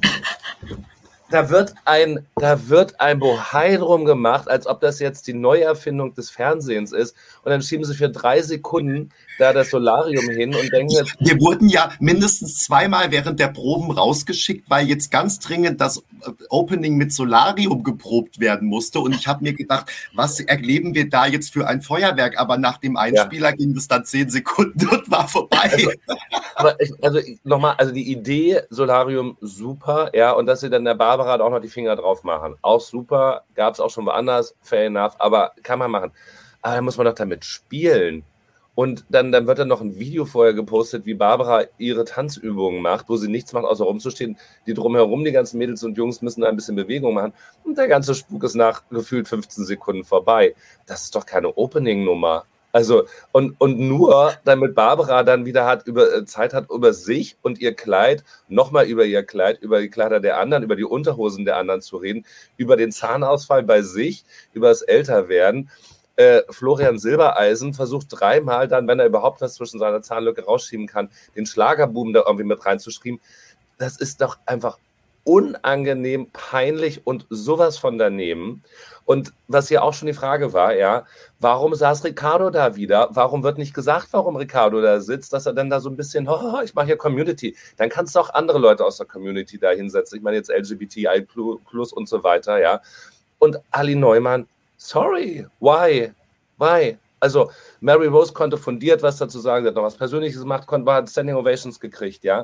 da wird ein Bohai drum gemacht, als ob das jetzt die Neuerfindung des Fernsehens ist. Und dann schieben sie für 3 Sekunden da das Solarium hin und denken jetzt. Wir wurden ja mindestens zweimal während der Proben rausgeschickt, weil jetzt ganz dringend das Opening mit Solarium geprobt werden musste. Und ich habe mir gedacht, was erleben wir da jetzt für ein Feuerwerk? Aber nach dem Einspieler ging es dann 10 Sekunden und war vorbei. Also nochmal, also die Idee Solarium super, ja, und dass sie dann der Barbara auch noch die Finger drauf machen, auch super, gab es auch schon woanders, fair enough, aber kann man machen. Aber dann muss man doch damit spielen. Und dann wird dann noch ein Video vorher gepostet, wie Barbara ihre Tanzübungen macht, wo sie nichts macht, außer rumzustehen. Die drumherum, die ganzen Mädels und Jungs, müssen da ein bisschen Bewegung machen. Und der ganze Spuk ist nach gefühlt 15 Sekunden vorbei. Das ist doch keine Opening-Nummer. Also, und nur, damit Barbara dann wieder Zeit hat, über sich und ihr Kleid, nochmal über ihr Kleid, über die Kleider der anderen, über die Unterhosen der anderen zu reden, über den Zahnausfall bei sich, über das Älterwerden. Florian Silbereisen versucht 3-mal dann, wenn er überhaupt was zwischen seiner Zahnlücke rausschieben kann, den Schlagerbuben da irgendwie mit reinzuschreiben. Das ist doch einfach unangenehm, peinlich und sowas von daneben. Und was hier auch schon die Frage war, ja, warum saß Ricardo da wieder? Warum wird nicht gesagt, warum Ricardo da sitzt, dass er dann da so ein bisschen, ich mache hier Community. Dann kannst du auch andere Leute aus der Community da hinsetzen. Ich meine jetzt LGBTI+ und so weiter, ja. Und Ali Neumann, sorry, why? Also Mary Rose konnte fundiert was dazu sagen, sie hat noch was Persönliches gemacht, hat Standing Ovations gekriegt, ja.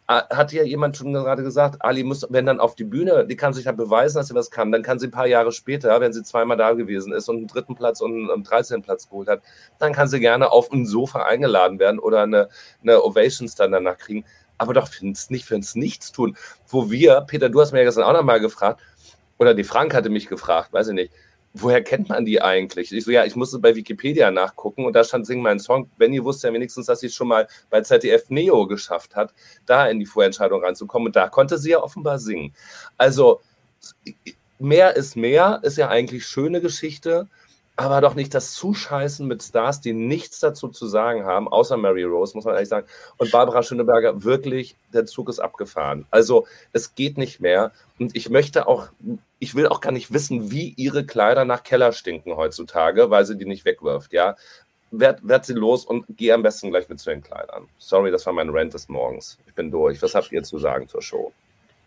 hat ja jemand schon gerade gesagt, Ali muss, wenn dann auf die Bühne, die kann sich ja beweisen, dass sie was kann, dann kann sie ein paar Jahre später, wenn sie zweimal da gewesen ist und einen 3. Platz und einen 13. Platz geholt hat, dann kann sie gerne auf ein Sofa eingeladen werden oder eine Ovations dann danach kriegen, aber doch nicht für ins Nichtstun, wo wir, Peter, du hast mir ja gestern auch nochmal gefragt, oder die Frank hatte mich gefragt, weiß ich nicht, woher kennt man die eigentlich? Ich so, ja, ich musste bei Wikipedia nachgucken und da stand Sing meinen Song. Benny wusste ja wenigstens, dass sie es schon mal bei ZDF Neo geschafft hat, da in die Vorentscheidung reinzukommen und da konnte sie ja offenbar singen. Also mehr ist ja eigentlich schöne Geschichte, aber doch nicht das Zuscheißen mit Stars, die nichts dazu zu sagen haben, außer Mary Rose, muss man ehrlich sagen. Und Barbara Schöneberger, wirklich, der Zug ist abgefahren. Also es geht nicht mehr. Und ich will auch gar nicht wissen, wie ihre Kleider nach Keller stinken heutzutage, weil sie die nicht wegwirft, ja. Werd sie los und geh am besten gleich mit zu den Kleidern. Sorry, das war mein Rant des Morgens. Ich bin durch. Was habt ihr zu sagen zur Show?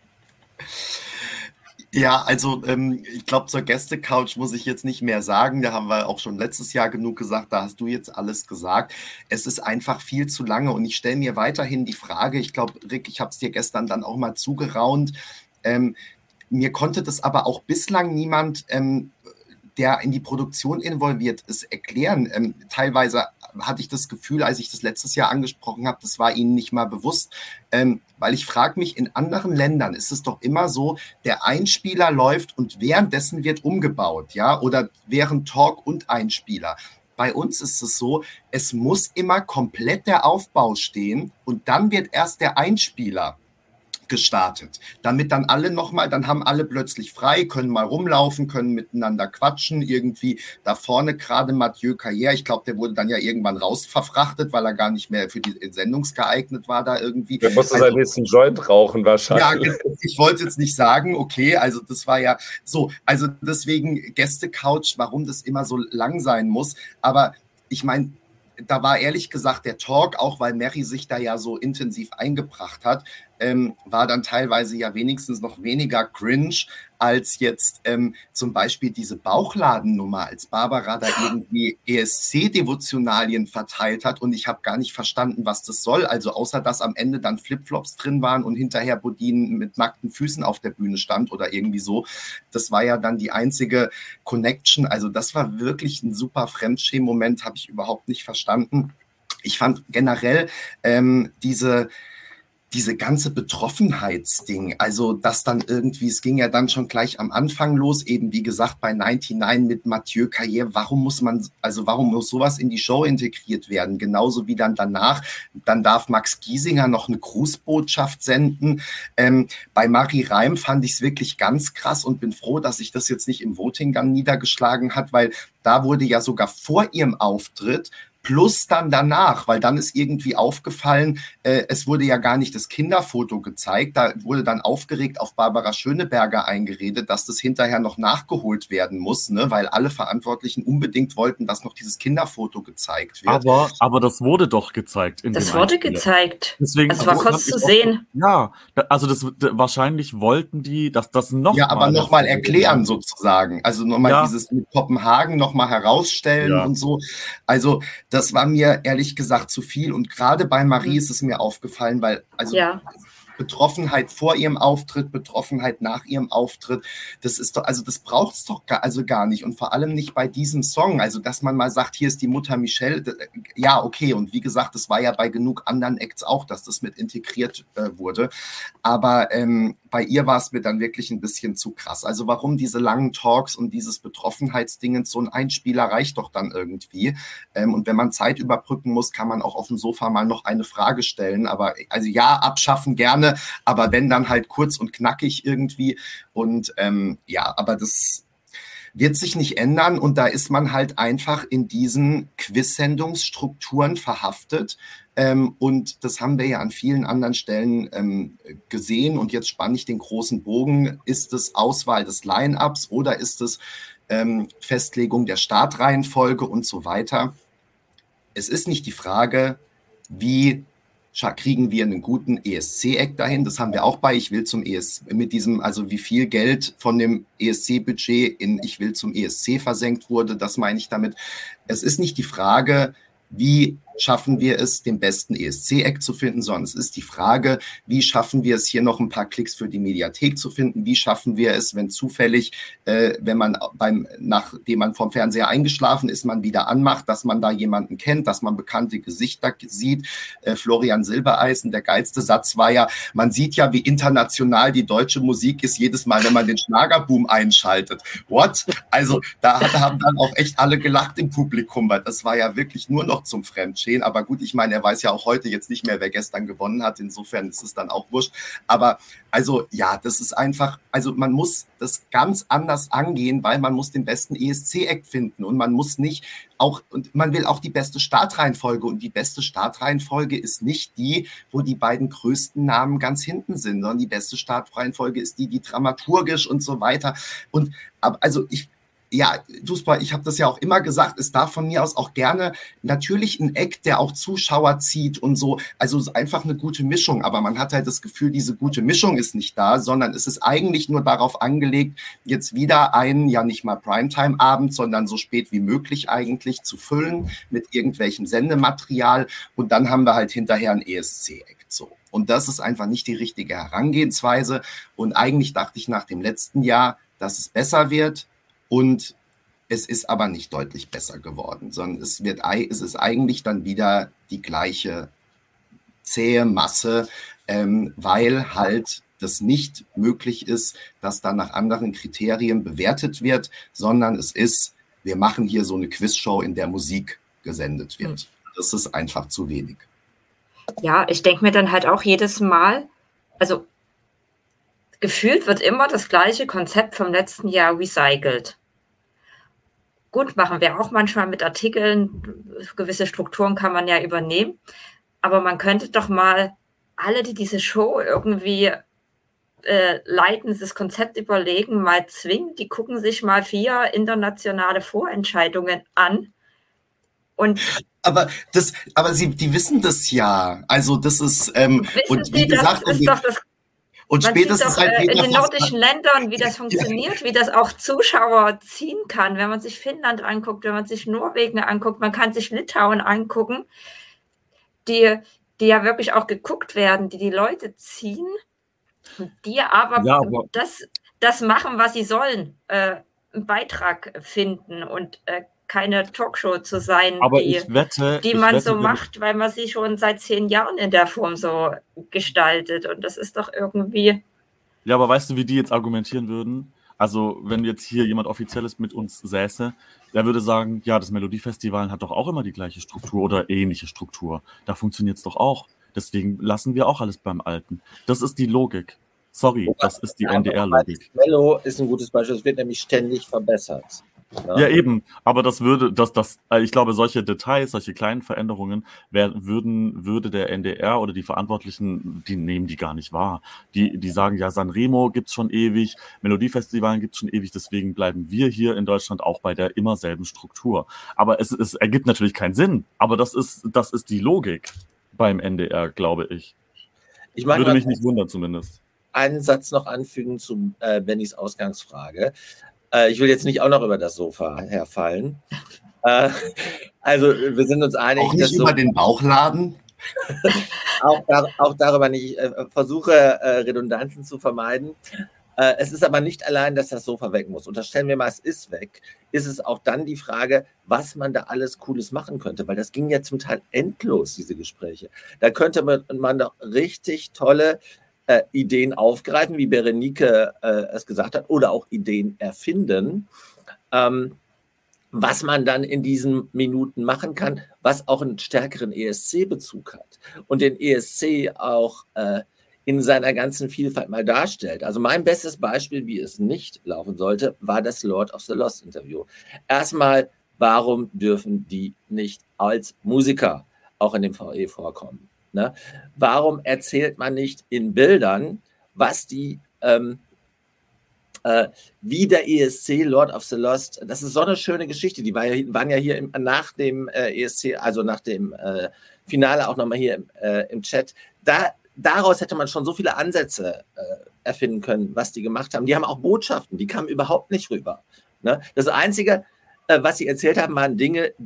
Ja, also ich glaube, zur Gäste-Couch muss ich jetzt nicht mehr sagen. Da haben wir auch schon letztes Jahr genug gesagt. Da hast du jetzt alles gesagt. Es ist einfach viel zu lange. Und ich stelle mir weiterhin die Frage, ich glaube, Rick, ich habe es dir gestern dann auch mal zugeraunt. Mir konnte das aber auch bislang niemand, der in die Produktion involviert ist, erklären. Teilweise hatte ich das Gefühl, als ich das letztes Jahr angesprochen habe, das war ihnen nicht mal bewusst, weil ich frage mich, in anderen Ländern ist es doch immer so, der Einspieler läuft und währenddessen wird umgebaut, ja, oder während Talk und Einspieler. Bei uns ist es so, es muss immer komplett der Aufbau stehen und dann wird erst der Einspieler gestartet, damit dann dann haben alle plötzlich frei, können mal rumlaufen, können miteinander quatschen, irgendwie da vorne gerade Mathieu Carrière, ich glaube, der wurde dann ja irgendwann rausverfrachtet, weil er gar nicht mehr für die Sendungsgeeignet war da irgendwie. Der musste seinen nächsten Joint rauchen wahrscheinlich. Ja, ich wollte jetzt nicht sagen, okay, also das war ja so, also deswegen Gäste-Couch, warum das immer so lang sein muss, aber ich meine, da war ehrlich gesagt der Talk, auch weil Mary sich da ja so intensiv eingebracht hat, war dann teilweise ja wenigstens noch weniger cringe als jetzt zum Beispiel diese Bauchladennummer, als Barbara da irgendwie ESC-Devotionalien verteilt hat und ich habe gar nicht verstanden, was das soll. Also außer, dass am Ende dann Flipflops drin waren und hinterher Bodin mit nackten Füßen auf der Bühne stand oder irgendwie so. Das war ja dann die einzige Connection. Also das war wirklich ein super Fremdschämen-Moment, habe ich überhaupt nicht verstanden. Ich fand generell diese ganze Betroffenheitsding, also dass dann irgendwie, es ging ja dann schon gleich am Anfang los, eben wie gesagt bei 99 mit Mathieu Carrière, warum muss sowas in die Show integriert werden? Genauso wie dann danach, dann darf Max Giesinger noch eine Grußbotschaft senden. Bei Marie Reim fand ich es wirklich ganz krass und bin froh, dass sich das jetzt nicht im Voting dann niedergeschlagen hat, weil da wurde ja sogar vor ihrem Auftritt plus dann danach, weil dann ist irgendwie aufgefallen, es wurde ja gar nicht das Kinderfoto gezeigt, da wurde dann aufgeregt auf Barbara Schöneberger eingeredet, dass das hinterher noch nachgeholt werden muss, ne, weil alle Verantwortlichen unbedingt wollten, dass noch dieses Kinderfoto gezeigt wird. Aber das wurde doch gezeigt. Das wurde gezeigt. Deswegen, also war kurz zu sehen. Ja, also wahrscheinlich wollten die, dass das nochmal... Ja, aber nochmal erklären sozusagen. Also nochmal dieses mit Kopenhagen nochmal herausstellen und so. Also das war mir ehrlich gesagt zu viel und gerade bei Marie ist es mir aufgefallen, weil Betroffenheit vor ihrem Auftritt, Betroffenheit nach ihrem Auftritt, das ist doch, also das braucht es doch gar nicht und vor allem nicht bei diesem Song, also dass man mal sagt, hier ist die Mutter Michelle, ja, okay, und wie gesagt, das war ja bei genug anderen Acts auch, dass das mit integriert wurde, aber bei ihr war es mir dann wirklich ein bisschen zu krass, also warum diese langen Talks und dieses Betroffenheitsdingen, so ein Einspieler reicht doch dann irgendwie und wenn man Zeit überbrücken muss, kann man auch auf dem Sofa mal noch eine Frage stellen, aber also ja, abschaffen gerne, aber wenn dann halt kurz und knackig irgendwie und aber das wird sich nicht ändern und da ist man halt einfach in diesen Quiz-Sendungsstrukturen verhaftet und das haben wir ja an vielen anderen Stellen gesehen und jetzt spanne ich den großen Bogen, ist es Auswahl des Line-Ups oder ist es Festlegung der Startreihenfolge und so weiter. Es ist nicht die Frage, wie kriegen wir einen guten ESC-Act dahin. Das haben wir auch bei Ich will zum ESC, mit diesem, also wie viel Geld von dem ESC-Budget in Ich will zum ESC versenkt wurde, das meine ich damit. Es ist nicht die Frage, wie schaffen wir es, den besten ESC-Act zu finden, sondern es ist die Frage, wie schaffen wir es, hier noch ein paar Klicks für die Mediathek zu finden, wie schaffen wir es, wenn zufällig, wenn man nachdem man vom Fernseher eingeschlafen ist, man wieder anmacht, dass man da jemanden kennt, dass man bekannte Gesichter sieht. Florian Silbereisen, der geilste Satz war ja, man sieht ja, wie international die deutsche Musik ist, jedes Mal, wenn man den Schlagerboom einschaltet. What? Also da haben dann auch echt alle gelacht im Publikum, weil das war ja wirklich nur noch zum Fremdschämen. Aber gut, ich meine, er weiß ja auch heute jetzt nicht mehr, wer gestern gewonnen hat. Insofern ist es dann auch wurscht. Aber also ja, das ist einfach, also man muss das ganz anders angehen, weil man muss den besten ESC-Act finden und man muss nicht auch, und man will auch die beste Startreihenfolge und die beste Startreihenfolge ist nicht die, wo die beiden größten Namen ganz hinten sind, sondern die beste Startreihenfolge ist die dramaturgisch und so weiter. Und also ja, Duspa, ich habe das ja auch immer gesagt, es darf von mir aus auch gerne natürlich ein Act, der auch Zuschauer zieht und so, also es ist einfach eine gute Mischung, aber man hat halt das Gefühl, diese gute Mischung ist nicht da, sondern es ist eigentlich nur darauf angelegt, jetzt wieder einen, ja nicht mal Primetime-Abend, sondern so spät wie möglich eigentlich zu füllen mit irgendwelchem Sendematerial und dann haben wir halt hinterher ein ESC-Act so. Und das ist einfach nicht die richtige Herangehensweise und eigentlich dachte ich nach dem letzten Jahr, dass es besser wird. Und es ist aber nicht deutlich besser geworden, sondern es ist eigentlich dann wieder die gleiche zähe Masse, weil halt das nicht möglich ist, dass da nach anderen Kriterien bewertet wird, sondern es ist, wir machen hier so eine Quizshow, in der Musik gesendet wird. Das ist einfach zu wenig. Ja, ich denke mir dann halt auch jedes Mal, also gefühlt wird immer das gleiche Konzept vom letzten Jahr recycelt. Gut, machen wir auch manchmal mit Artikeln, gewisse Strukturen kann man ja übernehmen, aber man könnte doch mal alle, die diese Show irgendwie leiten, das Konzept überlegen, mal zwingen, die gucken sich mal 4 internationale Vorentscheidungen an. Aber die wissen das ja. Also das ist und wie gesagt, das ist doch das. Und man spätestens sieht doch halt in den nordischen Ländern, wie das funktioniert, wie das auch Zuschauer ziehen kann. Wenn man sich Finnland anguckt, wenn man sich Norwegen anguckt, man kann sich Litauen angucken, die ja wirklich auch geguckt werden, die Leute ziehen, die aber das machen, was sie sollen, einen Beitrag finden und keine Talkshow zu sein, die man so macht, weil man sie schon seit 10 Jahren in der Form so gestaltet. Und das ist doch irgendwie... Ja, aber weißt du, wie die jetzt argumentieren würden? Also, wenn jetzt hier jemand Offizielles mit uns säße, der würde sagen, ja, das Melodiefestival hat doch auch immer die gleiche Struktur oder ähnliche Struktur. Da funktioniert es doch auch. Deswegen lassen wir auch alles beim Alten. Das ist die Logik. Sorry, das ist die NDR-Logik. Mello ist ein gutes Beispiel. Es wird nämlich ständig verbessert. Ja, eben. Aber ich glaube, solche Details, solche kleinen Veränderungen würde der NDR oder die Verantwortlichen, die nehmen die gar nicht wahr. Die sagen, ja, Sanremo gibt's schon ewig, Melodiefestivalen gibt's schon ewig, deswegen bleiben wir hier in Deutschland auch bei der immer selben Struktur. Aber es ergibt natürlich keinen Sinn. Aber das ist die Logik beim NDR, glaube ich. Würde mich nicht wundern zumindest. Einen Satz noch anfügen zu Bennys Ausgangsfrage. Ich will jetzt nicht auch noch über das Sofa herfallen. Also wir sind uns einig. Auch nicht über den Bauchladen? auch darüber nicht. Ich versuche Redundanzen zu vermeiden. Es ist aber nicht allein, dass das Sofa weg muss. Unterstellen wir mal, es ist weg. Ist es auch dann die Frage, was man da alles Cooles machen könnte? Weil das ging ja zum Teil endlos, diese Gespräche. Da könnte man doch richtig tolle Ideen aufgreifen, wie Berenike es gesagt hat, oder auch Ideen erfinden, was man dann in diesen Minuten machen kann, was auch einen stärkeren ESC-Bezug hat und den ESC auch in seiner ganzen Vielfalt mal darstellt. Also mein bestes Beispiel, wie es nicht laufen sollte, war das Lord of the Lost Interview. Erstmal, warum dürfen die nicht als Musiker auch in dem VE vorkommen? Ne? Warum erzählt man nicht in Bildern, was wie der ESC Lord of the Lost, das ist so eine schöne Geschichte, die waren ja hier nach dem ESC, also nach dem Finale auch nochmal hier im Chat, daraus hätte man schon so viele Ansätze erfinden können, was die gemacht haben. Die haben auch Botschaften, die kamen überhaupt nicht rüber. Ne? Das Einzige, was sie erzählt haben, waren Dinge, die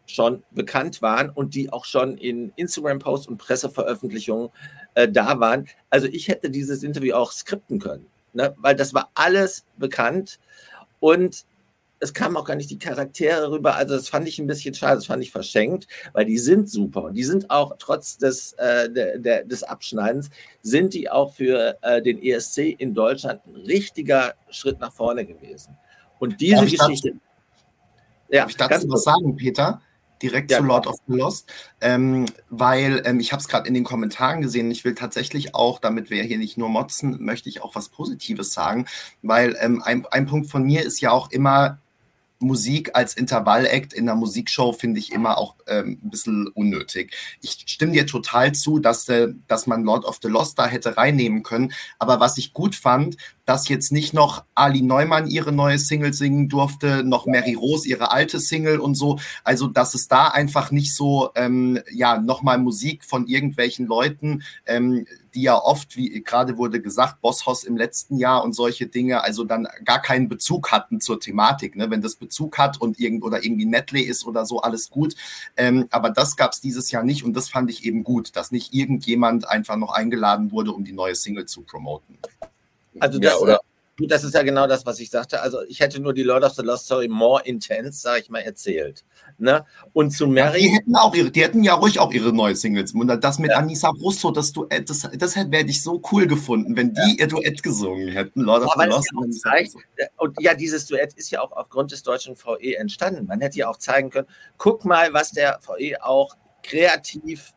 schon bekannt waren und die auch schon in Instagram-Posts und Presseveröffentlichungen da waren. Also ich hätte dieses Interview auch skripten können, ne? Weil das war alles bekannt und es kamen auch gar nicht die Charaktere rüber. Also das fand ich ein bisschen schade, das fand ich verschenkt, weil die sind super und die sind auch trotz des Abschneidens, sind die auch für den ESC in Deutschland ein richtiger Schritt nach vorne gewesen. Und diese Geschichte... Darf ich dazu was sagen, Peter? Direkt zu Lord of the Lost, weil ich habe es gerade in den Kommentaren gesehen, ich will tatsächlich auch, damit wir hier nicht nur motzen, möchte ich auch was Positives sagen, weil ein Punkt von mir ist ja auch immer, Musik als Intervall-Act in der Musikshow finde ich immer auch ein bisschen unnötig. Ich stimme dir total zu, dass man Lord of the Lost da hätte reinnehmen können, aber was ich gut fand, dass jetzt nicht noch Ali Neumann ihre neue Single singen durfte, noch Mary Rose ihre alte Single und so, also dass es da einfach nicht so, nochmal Musik von irgendwelchen Leuten, die ja oft, wie gerade wurde gesagt, Boss-Hoss im letzten Jahr und solche Dinge, also dann gar keinen Bezug hatten zur Thematik. Ne? Wenn das Bezug hat und irgendwie Medley ist oder so, alles gut. Aber das gab es dieses Jahr nicht und das fand ich eben gut, dass nicht irgendjemand einfach noch eingeladen wurde, um die neue Single zu promoten. Also das ist ja genau das, was ich sagte. Also ich hätte nur die Lord of the Lost Story more intense, sage ich mal, erzählt. Ne? Und zu Mary... Die hätten ja ruhig auch ihre neue Singles. Und das mit Anissa Russo, das Duett, das hätte ich so cool gefunden, wenn die ihr Duett gesungen hätten. Lord of the Lost. Und ja, dieses Duett ist ja auch aufgrund des deutschen VE entstanden. Man hätte ja auch zeigen können, guck mal, was der VE auch kreativ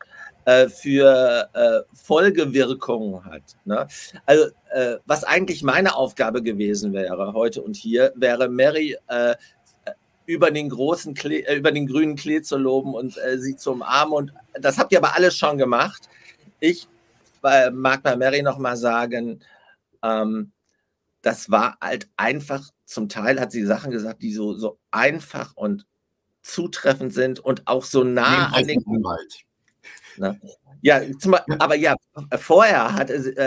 für Folgewirkungen hat. Ne? Also was eigentlich meine Aufgabe gewesen wäre heute und hier, wäre Mary über den grünen Klee zu loben und sie zu umarmen. Und das habt ihr aber alles schon gemacht. Ich mag bei Mary nochmal sagen, das war halt einfach, zum Teil hat sie Sachen gesagt, die so einfach und zutreffend sind und auch so nah an den... Ne? Ja, aber ja, vorher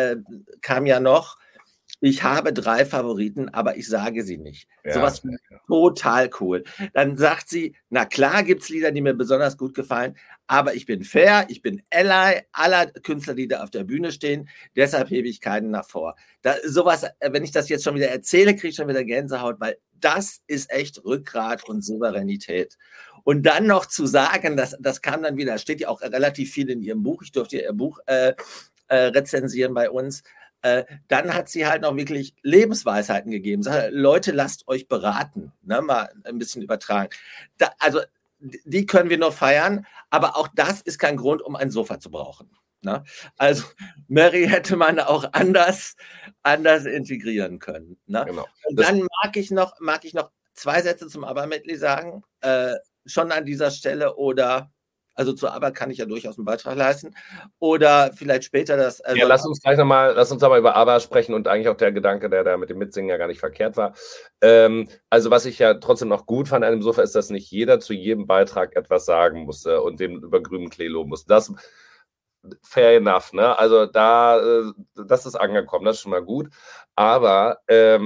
kam ja noch, ich habe 3 Favoriten, aber ich sage sie nicht. Ja, sowas total cool. Dann sagt sie, na klar gibt es Lieder, die mir besonders gut gefallen, aber ich bin fair, ich bin Ally aller Künstler, die da auf der Bühne stehen, deshalb hebe ich keinen nach vor. Sowas, wenn ich das jetzt schon wieder erzähle, kriege ich schon wieder Gänsehaut, weil das ist echt Rückgrat und Souveränität. Und dann noch zu sagen, das kam dann wieder, steht ja auch relativ viel in ihrem Buch, ich durfte ihr Buch rezensieren bei uns, dann hat sie halt noch wirklich Lebensweisheiten gegeben. Leute, lasst euch beraten, ne? Mal ein bisschen übertragen. Also die können wir nur feiern, aber auch das ist kein Grund, um ein Sofa zu brauchen. Ne? Also Mary hätte man auch anders integrieren können. Ne? Genau. Und dann mag ich noch 2 Sätze zum ABBA-Medley sagen, schon an dieser Stelle oder... Also zu ABBA kann ich ja durchaus einen Beitrag leisten. Oder vielleicht später das... ja, lass uns aber über ABBA sprechen und eigentlich auch der Gedanke, der da mit dem Mitsingen ja gar nicht verkehrt war. Also was ich ja trotzdem noch gut fand an dem Sofa, ist, dass nicht jeder zu jedem Beitrag etwas sagen musste und den über grünen Klee loben musste. Das fair enough, ne? Also das ist angekommen, das ist schon mal gut. Aber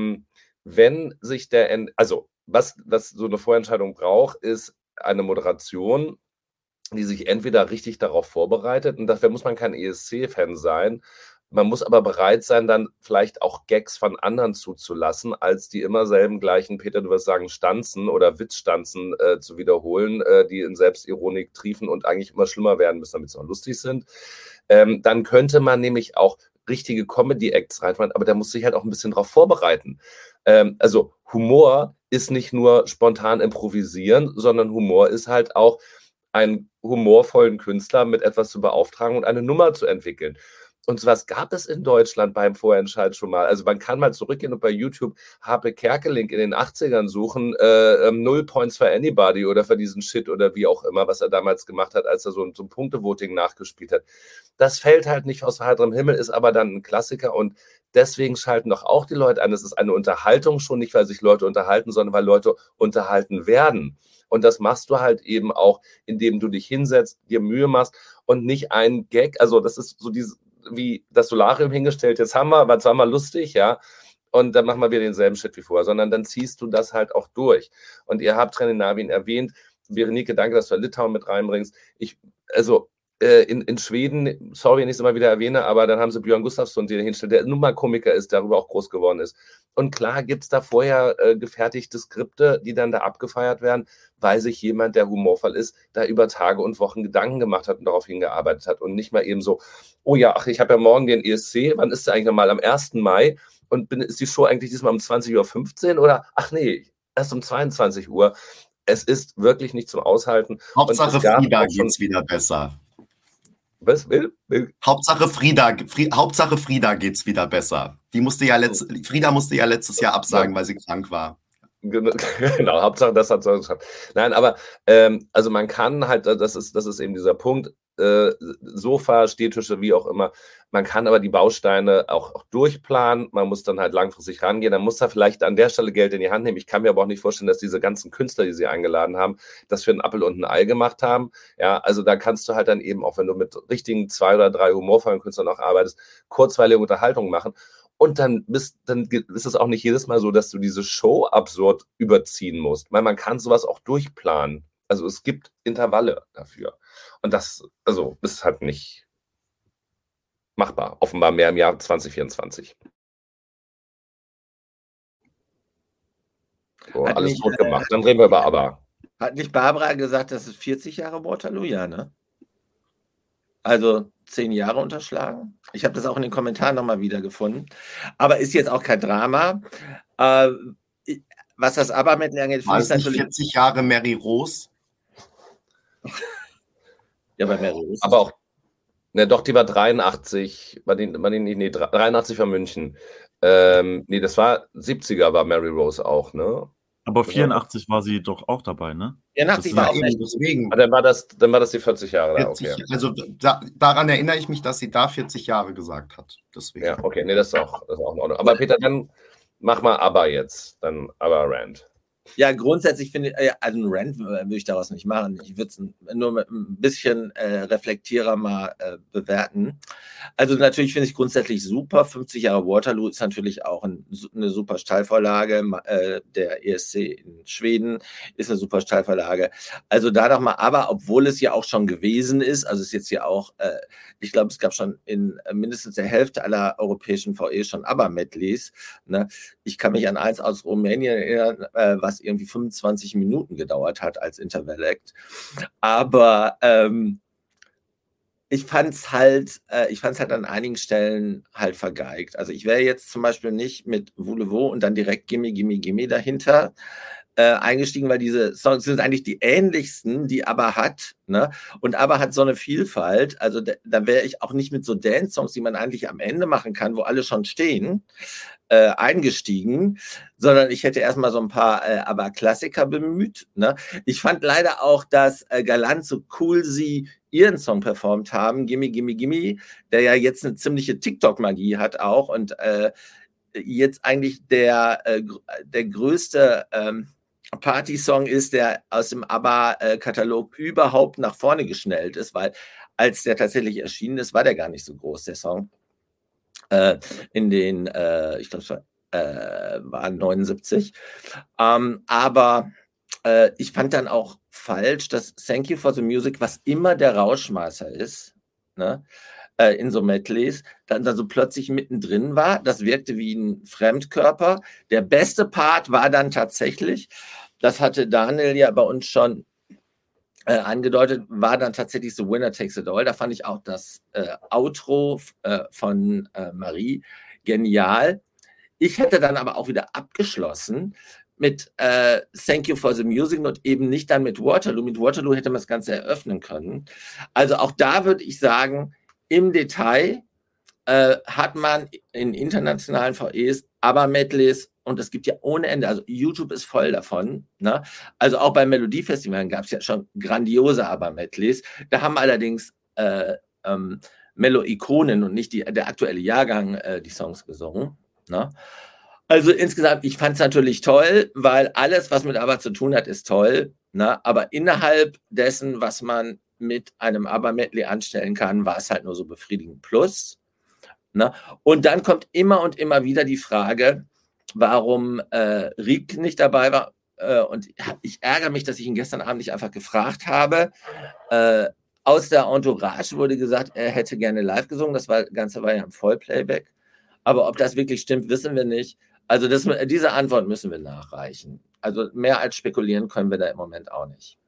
wenn sich was so eine Vorentscheidung braucht, ist eine Moderation, die sich entweder richtig darauf vorbereitet, und dafür muss man kein ESC-Fan sein, man muss aber bereit sein, dann vielleicht auch Gags von anderen zuzulassen, als die immer selben gleichen, Peter, du wirst sagen, Stanzen oder Witzstanzen zu wiederholen, die in Selbstironik triefen und eigentlich immer schlimmer werden müssen, damit sie auch lustig sind. Dann könnte man nämlich auch richtige Comedy-Acts reinmachen, aber da muss sich halt auch ein bisschen drauf vorbereiten. Also Humor ist nicht nur spontan improvisieren, sondern Humor ist halt auch einen humorvollen Künstler mit etwas zu beauftragen und eine Nummer zu entwickeln. Und sowas gab es in Deutschland beim Vorentscheid schon mal. Also man kann mal zurückgehen und bei YouTube Harpe Kerkeling in den 80ern suchen, 0 Points for Anybody oder für diesen Shit oder wie auch immer, was er damals gemacht hat, als er so ein Punktevoting nachgespielt hat. Das fällt halt nicht aus heiterem Himmel, ist aber dann ein Klassiker und deswegen schalten doch auch die Leute an. Es ist eine Unterhaltung schon, nicht weil sich Leute unterhalten, sondern weil Leute unterhalten werden. Und das machst du halt eben auch, indem du dich hinsetzt, dir Mühe machst und nicht einen Gag, also das ist so wie das Solarium hingestellt, jetzt haben wir lustig, ja, und dann machen wir wieder denselben Shit wie vorher, sondern dann ziehst du das halt auch durch. Und ihr habt Skandinavien erwähnt, Berenike, danke, dass du Litauen mit reinbringst. In Schweden, sorry, wenn ich es immer wieder erwähne, aber dann haben sie Björn Gustafsson, der hinstellt, der nun mal Komiker ist, darüber auch groß geworden ist. Und klar gibt es da vorher gefertigte Skripte, die dann da abgefeiert werden, weil sich jemand, der humorvoll ist, da über Tage und Wochen Gedanken gemacht hat und darauf hingearbeitet hat und nicht mal eben so, oh ja, ach, ich habe ja morgen den ESC, wann ist der eigentlich nochmal? Am 1. Mai und ist die Show eigentlich diesmal um 20.15 Uhr oder, ach nee, erst um 22 Uhr. Es ist wirklich nicht zum Aushalten. Hauptsache Frieda geht's wieder besser. Was will? Hauptsache Frieda geht's wieder besser. Frieda musste ja letztes Jahr absagen, weil sie krank war. Genau, Hauptsache das hat so geschafft. Nein, aber also man kann halt, das ist eben dieser Punkt, Sofa, Stehtische, wie auch immer. Man kann aber die Bausteine auch durchplanen. Man muss dann halt langfristig rangehen. Dann muss da vielleicht an der Stelle Geld in die Hand nehmen. Ich kann mir aber auch nicht vorstellen, dass diese ganzen Künstler, die sie eingeladen haben, das für einen Appel und ein Ei gemacht haben. Ja, also da kannst du halt dann eben, auch wenn du mit richtigen 2 oder 3 humorvollen Künstlern auch arbeitest, kurzweilige Unterhaltung machen. Und dann ist es auch nicht jedes Mal so, dass du diese Show absurd überziehen musst. Weil man kann sowas auch durchplanen. Also es gibt Intervalle dafür. Und das, also, ist halt nicht machbar. Offenbar mehr im Jahr 2024. So, alles gut gemacht. Dann reden wir über ABBA. Hat nicht Barbara gesagt, das ist 40 Jahre Waterloo? Ja, ne? Also 10 Jahre unterschlagen. Ich habe das auch in den Kommentaren nochmal wiedergefunden. Aber ist jetzt auch kein Drama. Was das ABBA-Medley angeht, finde ich natürlich 40 Jahre Mary Rose. Ja, bei Mary Rose. Aber auch, ne, doch, die war 83. 83 war München. Nee, das war 70er, war Mary Rose auch, ne? Aber 84 war sie doch auch dabei, ne? 84 war auch nicht. Deswegen. Dann war das die 40 Jahre 40, da, okay. Also daran erinnere ich mich, dass sie da 40 Jahre gesagt hat. Deswegen. Ja, okay, nee, das ist auch in Ordnung. Aber Peter, dann mach mal ABBA jetzt, dann ABBA-Rant. Ja, grundsätzlich finde ich, also einen Rant würde ich daraus nicht machen. Ich würde es nur mit ein bisschen Reflektierer mal bewerten. Also natürlich finde ich grundsätzlich super. 50 Jahre Waterloo ist natürlich auch eine super Steilvorlage. Der ESC in Schweden ist eine super Steilvorlage. Also da doch mal, aber obwohl es ja auch schon gewesen ist, also es ist jetzt ja auch, ich glaube, es gab schon in mindestens der Hälfte aller europäischen VE schon ABBA-Medleys. Ne? Ich kann mich an eins aus Rumänien erinnern, was irgendwie 25 Minuten gedauert hat als Interval-Act. Aber ich fand es halt an einigen Stellen halt vergeigt. Also ich wäre jetzt zum Beispiel nicht mit Voulez-vous und dann direkt Gimme, Gimme, Gimme dahinter eingestiegen, weil diese Songs sind eigentlich die ähnlichsten, die ABBA hat. Ne? Und ABBA hat so eine Vielfalt. Also da wäre ich auch nicht mit so Dance-Songs, die man eigentlich am Ende machen kann, wo alle schon stehen, eingestiegen, sondern ich hätte erstmal so ein paar ABBA-Klassiker bemüht. Ne? Ich fand leider auch, dass Galant so cool sie ihren Song performt haben, Gimme, Gimme, Gimme, der ja jetzt eine ziemliche TikTok-Magie hat auch und jetzt eigentlich der größte Party-Song ist, der aus dem ABBA-Katalog überhaupt nach vorne geschnellt ist, weil als der tatsächlich erschienen ist, war der gar nicht so groß, der Song. In den, ich glaube, es war 79. Aber ich fand dann auch falsch, dass Thank You for the Music, was immer der Rauschmeißer ist, ne, in so Medleys, dann so plötzlich mittendrin war. Das wirkte wie ein Fremdkörper. Der beste Part war dann tatsächlich, das hatte Daniel ja bei uns schon angedeutet, war dann tatsächlich so Winner Takes It All. Da fand ich auch das Outro von Marie genial. Ich hätte dann aber auch wieder abgeschlossen mit Thank You for the Music und eben nicht dann mit Waterloo. Mit Waterloo hätte man das Ganze eröffnen können. Also auch da würde ich sagen, im Detail hat man in internationalen VEs ABBA-Medleys und es gibt ja ohne Ende, also YouTube ist voll davon. Ne? Also auch beim Melodiefestivalen gab es ja schon grandiose ABBA-Medleys. Da haben allerdings Melo-Ikonen und nicht der aktuelle Jahrgang die Songs gesungen. Ne? Also insgesamt, ich fand es natürlich toll, weil alles, was mit ABBA zu tun hat, ist toll. Ne? Aber innerhalb dessen, was man mit einem ABBA-Medley anstellen kann, war es halt nur so befriedigend plus. Ne? Und dann kommt immer und immer wieder die Frage, warum Riek nicht dabei war. und ich ärgere mich, dass ich ihn gestern Abend nicht einfach gefragt habe. Aus der Entourage wurde gesagt, er hätte gerne live gesungen. Das Ganze war ja im Vollplayback. Aber ob das wirklich stimmt, wissen wir nicht. Also diese Antwort müssen wir nachreichen. Also mehr als spekulieren können wir da im Moment auch nicht.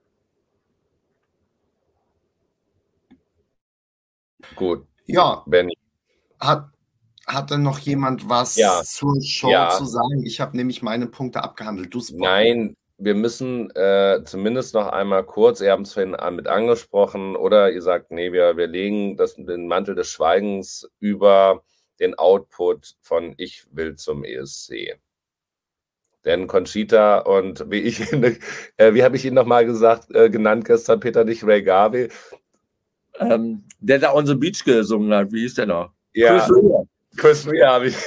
Gut. Ja, Benny. hatte noch jemand was zur Show zu sagen? Ich habe nämlich meine Punkte abgehandelt. Nein, wir müssen zumindest noch einmal kurz, ihr habt es vorhin mit angesprochen, oder ihr sagt, nee, wir legen den Mantel des Schweigens über den Output von Ich will zum ESC. Denn Conchita und wie habe ich ihn nochmal genannt gestern, Peter, nicht Ray Garvey? Der da On the Beach gesungen hat, wie hieß der noch? Ja, Chris Rea habe ich.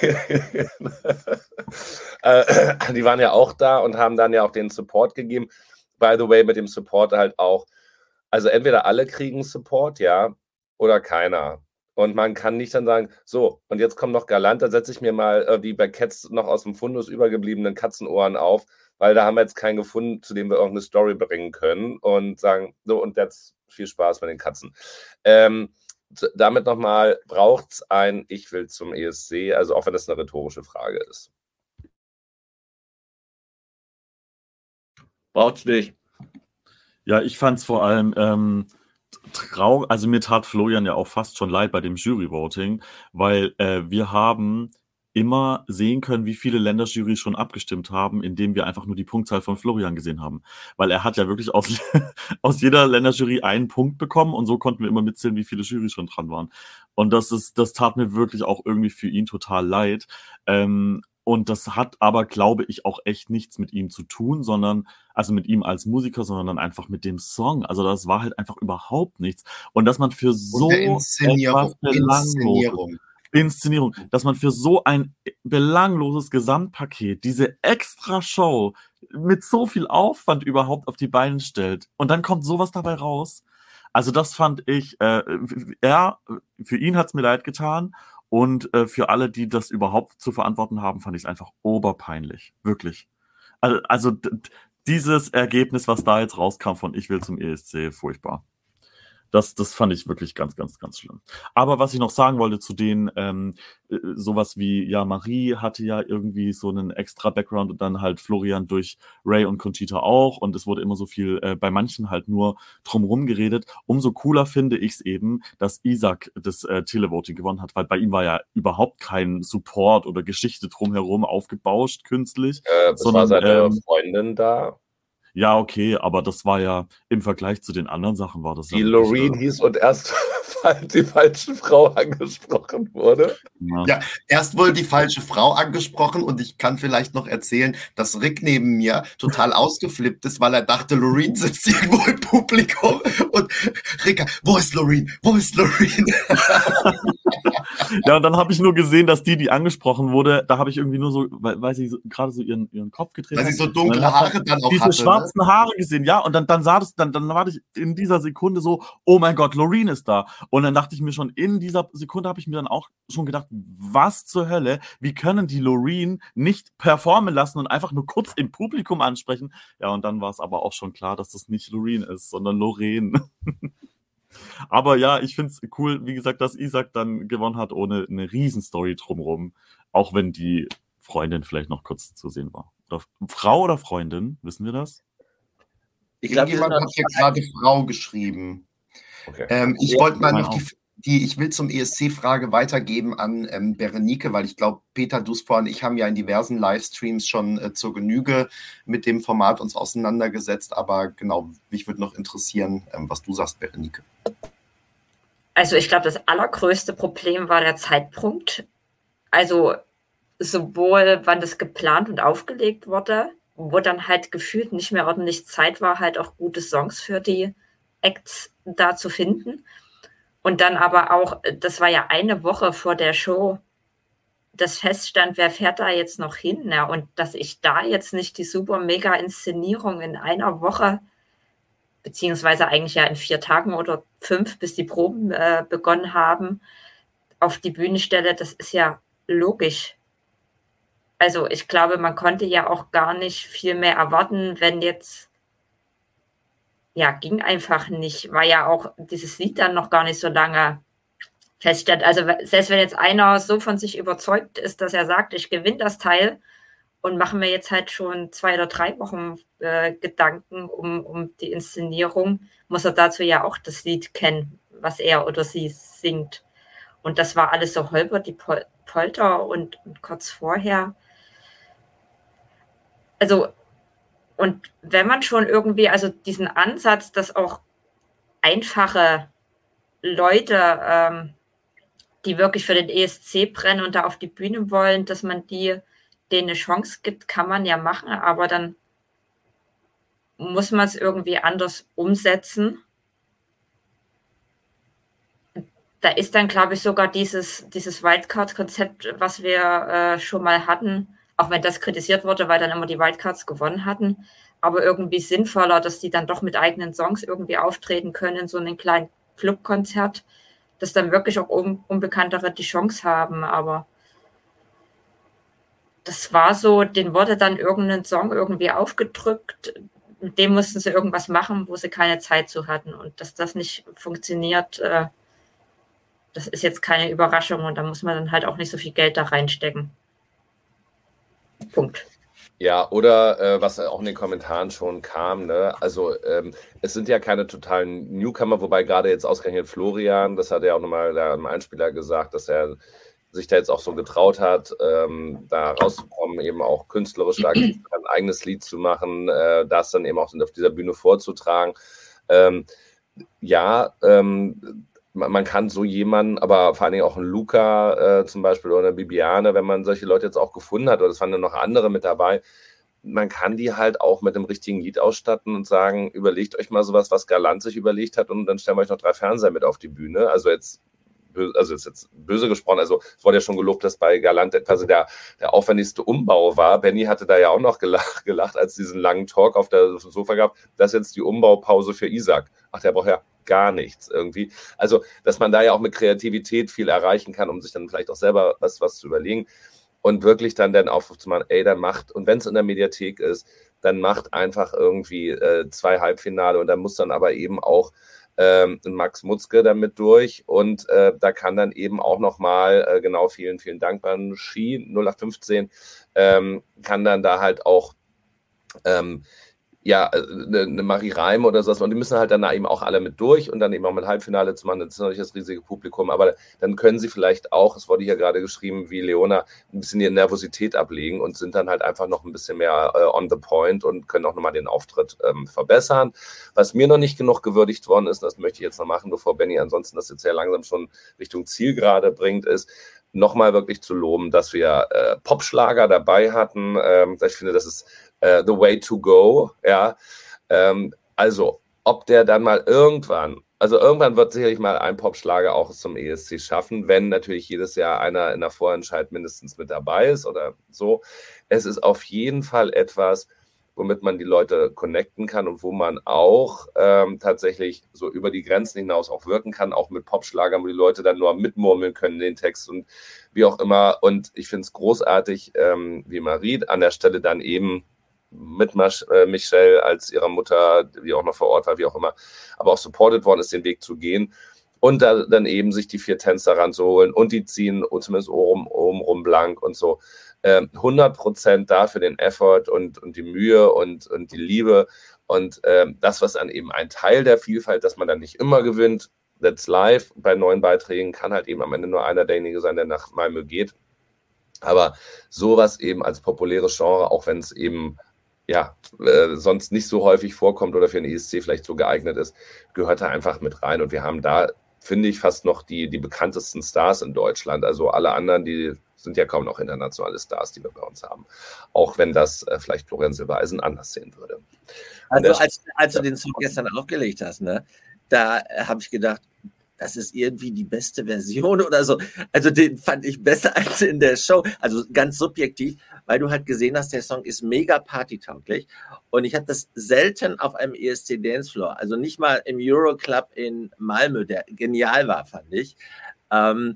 Die waren ja auch da und haben dann ja auch den Support gegeben. By the way, mit dem Support halt auch, also entweder alle kriegen Support, ja, oder keiner. Und man kann nicht dann sagen, so, und jetzt kommt noch Galant, da setze ich mir mal wie bei Cats noch aus dem Fundus übergebliebenen Katzenohren auf, weil da haben wir jetzt keinen gefunden, zu dem wir irgendeine Story bringen können und sagen, so, und jetzt viel Spaß mit den Katzen. Damit nochmal, braucht es ein Ich will zum ESC, also auch wenn das eine rhetorische Frage ist. Braucht es nicht. Ja, ich fand es vor allem traurig, also mir tat Florian ja auch fast schon leid bei dem Jury-Voting, weil wir haben immer sehen können, wie viele Länderjurys schon abgestimmt haben, indem wir einfach nur die Punktzahl von Florian gesehen haben. Weil er hat ja wirklich aus jeder Länderjury einen Punkt bekommen und so konnten wir immer mitzählen, wie viele Jurys schon dran waren. Und das tat mir wirklich auch irgendwie für ihn total leid. Und das hat aber, glaube ich, auch echt nichts mit ihm zu tun, also mit ihm als Musiker, sondern einfach mit dem Song. Also das war halt einfach überhaupt nichts. Und dass man für so etwas Inszenierung, dass man für so ein belangloses Gesamtpaket diese extra Show mit so viel Aufwand überhaupt auf die Beine stellt. Und dann kommt sowas dabei raus. Also das fand ich, für ihn hat's mir leid getan. Und für alle, die das überhaupt zu verantworten haben, fand ich es einfach oberpeinlich. Wirklich. Also dieses Ergebnis, was da jetzt rauskam von Ich will zum ESC, furchtbar. Das fand ich wirklich ganz, ganz, ganz schlimm. Aber was ich noch sagen wollte zu denen, sowas wie, ja, Marie hatte ja irgendwie so einen extra Background und dann halt Florian durch Ray und Conchita auch und es wurde immer so viel bei manchen halt nur drumherum geredet. Umso cooler finde ich es eben, dass Isaac das Televoting gewonnen hat, weil bei ihm war ja überhaupt kein Support oder Geschichte drumherum aufgebauscht künstlich. Sondern war seine Freundin da. Ja, okay, aber das war ja im Vergleich zu den anderen Sachen war das die Loreen hieß und erst die falsche Frau angesprochen wurde. Ja, erst wurde die falsche Frau angesprochen und ich kann vielleicht noch erzählen, dass Rick neben mir total ausgeflippt ist, weil er dachte, Loreen sitzt irgendwo im Publikum und Rick, wo ist Loreen? Wo ist Loreen? Ja, und dann habe ich nur gesehen, dass die angesprochen wurde, da habe ich irgendwie nur so, weil sie gerade so ihren Kopf gedreht hat. Weil sie so dunkle Haare dann auch diese hatte. Diese schwarzen Haare gesehen, ja, und dann war ich in dieser Sekunde so, oh mein Gott, Loreen ist da. Und dann dachte ich mir schon, in dieser Sekunde habe ich mir dann auch schon gedacht, was zur Hölle, wie können die Loreen nicht performen lassen und einfach nur kurz im Publikum ansprechen? Ja, und dann war es aber auch schon klar, dass das nicht Loreen ist, sondern Loreen. Aber ja, ich finde es cool, wie gesagt, dass Isaac dann gewonnen hat, ohne eine Riesenstory drumherum. Auch wenn die Freundin vielleicht noch kurz zu sehen war. Oder Frau oder Freundin, wissen wir das? Ich glaube, jemand hat hier gerade Frau geschrieben. Okay. Ich wollte mal noch die Ich will zum ESC-Frage weitergeben an Berenike, weil ich glaube, Peter Duspo und ich haben ja in diversen Livestreams schon zur Genüge mit dem Format uns auseinandergesetzt. Aber genau, mich würde noch interessieren, was du sagst, Berenike. Also ich glaube, das allergrößte Problem war der Zeitpunkt. Also sowohl, wann das geplant und aufgelegt wurde, wo dann halt gefühlt nicht mehr ordentlich Zeit war, halt auch gute Songs für die Acts da zu finden. Und dann aber auch, das war ja eine Woche vor der Show, das feststand, wer fährt da jetzt noch hin? Ja, und dass ich da jetzt nicht die super mega Inszenierung in einer Woche, beziehungsweise eigentlich ja in 4 Tagen oder 5, bis die Proben begonnen haben, auf die Bühne stelle, das ist ja logisch. also ich glaube, man konnte ja auch gar nicht viel mehr erwarten, wenn jetzt, ja, ging einfach nicht, weil ja auch dieses Lied dann noch gar nicht so lange feststand. Also selbst wenn jetzt einer so von sich überzeugt ist, dass er sagt, ich gewinne das Teil und mache mir jetzt halt schon 2 oder 3 Wochen Gedanken um die Inszenierung, muss er dazu ja auch das Lied kennen, was er oder sie singt. Und das war alles so holper, die Polter und kurz vorher. Also, und wenn man schon irgendwie, also diesen Ansatz, dass auch einfache Leute, die wirklich für den ESC brennen und da auf die Bühne wollen, dass man denen eine Chance gibt, kann man ja machen, aber dann muss man es irgendwie anders umsetzen. Da ist dann, glaube ich, sogar dieses Wildcard-Konzept, was wir schon mal hatten, auch wenn das kritisiert wurde, weil dann immer die Wildcards gewonnen hatten, aber irgendwie sinnvoller, dass die dann doch mit eigenen Songs irgendwie auftreten können in so einem kleinen Clubkonzert, dass dann wirklich auch Unbekanntere die Chance haben, aber das war so, denen wurde dann irgendein Song irgendwie aufgedrückt, mit dem mussten sie irgendwas machen, wo sie keine Zeit zu hatten, und dass das nicht funktioniert, das ist jetzt keine Überraschung, und da muss man dann halt auch nicht so viel Geld da reinstecken. Punkt. Ja, oder was auch in den Kommentaren schon kam, ne? Also es sind ja keine totalen Newcomer, wobei gerade jetzt ausgerechnet Florian, das hat er auch nochmal im Einspieler gesagt, dass er sich da jetzt auch so getraut hat, da rauszukommen, eben auch künstlerisch ein eigenes Lied zu machen, das dann eben auch auf dieser Bühne vorzutragen. Man kann so jemanden, aber vor allen Dingen auch einen Luca zum Beispiel oder eine Bibiane, wenn man solche Leute jetzt auch gefunden hat, oder es waren dann noch andere mit dabei, man kann die halt auch mit dem richtigen Lied ausstatten und sagen, überlegt euch mal sowas, was Galant sich überlegt hat, und dann stellen wir euch noch 3 Fernseher mit auf die Bühne. Also ist jetzt böse gesprochen, also es wurde ja schon gelobt, dass bei Galant quasi der aufwendigste Umbau war. Benny hatte da ja auch noch gelacht, als diesen langen Talk auf dem Sofa gab, das ist jetzt die Umbaupause für Isaac. Ach, der braucht ja gar nichts irgendwie. Also, dass man da ja auch mit Kreativität viel erreichen kann, um sich dann vielleicht auch selber was zu überlegen und wirklich dann den Aufruf zu machen, ey, dann macht, und wenn es in der Mediathek ist, dann macht einfach irgendwie 2 Halbfinale, und dann muss dann aber eben auch Max Mutzke damit durch, und da kann dann eben auch nochmal, genau, vielen, vielen Dank beim Ski 0815, kann dann da halt auch eine Marie Reim oder sowas, und die müssen halt dann eben auch alle mit durch und dann eben auch mit Halbfinale zu machen, das ist natürlich das riesige Publikum, aber dann können sie vielleicht auch, es wurde hier gerade geschrieben, wie Leona, ein bisschen ihre Nervosität ablegen und sind dann halt einfach noch ein bisschen mehr on the point und können auch nochmal den Auftritt verbessern. Was mir noch nicht genug gewürdigt worden ist, das möchte ich jetzt noch machen, bevor Benny ansonsten das jetzt sehr langsam schon Richtung Zielgerade bringt, ist, nochmal wirklich zu loben, dass wir Popschlager dabei hatten. Ich finde, das ist the way to go, ja. Also, ob der dann mal irgendwann wird sicherlich mal ein Popschlager auch zum ESC schaffen, wenn natürlich jedes Jahr einer in der Vorentscheid mindestens mit dabei ist oder so. Es ist auf jeden Fall etwas, womit man die Leute connecten kann und wo man auch tatsächlich so über die Grenzen hinaus auch wirken kann, auch mit Popschlagern, wo die Leute dann nur mitmurmeln können, den Text und wie auch immer. Und ich finde es großartig, wie Marie an der Stelle dann eben mit Michelle als ihrer Mutter, die auch noch vor Ort war, wie auch immer, aber auch supported worden ist, den Weg zu gehen und dann eben sich die 4 Tänzer ranzuholen, und die ziehen zumindest oben blank und so. 100% da für den Effort und die Mühe und die Liebe und das, was dann eben ein Teil der Vielfalt, dass man dann nicht immer gewinnt, that's live, bei neuen Beiträgen kann halt eben am Ende nur einer derjenige sein, der nach Malmö geht, aber sowas eben als populäres Genre, auch wenn es eben sonst nicht so häufig vorkommt oder für den ESC vielleicht so geeignet ist, gehört da einfach mit rein, und wir haben da, finde ich, fast noch die bekanntesten Stars in Deutschland, also alle anderen, die sind ja kaum noch internationale Stars, die wir bei uns haben, auch wenn das vielleicht Florian Silbereisen anders sehen würde. Also als du den Song gestern aufgelegt hast, ne, da habe ich gedacht, das ist irgendwie die beste Version oder so. Also den fand ich besser als in der Show. Also ganz subjektiv, weil du halt gesehen hast, der Song ist mega partytauglich. Und ich habe das selten auf einem ESC Dancefloor, also nicht mal im Euroclub in Malmö, der genial war, fand ich. Und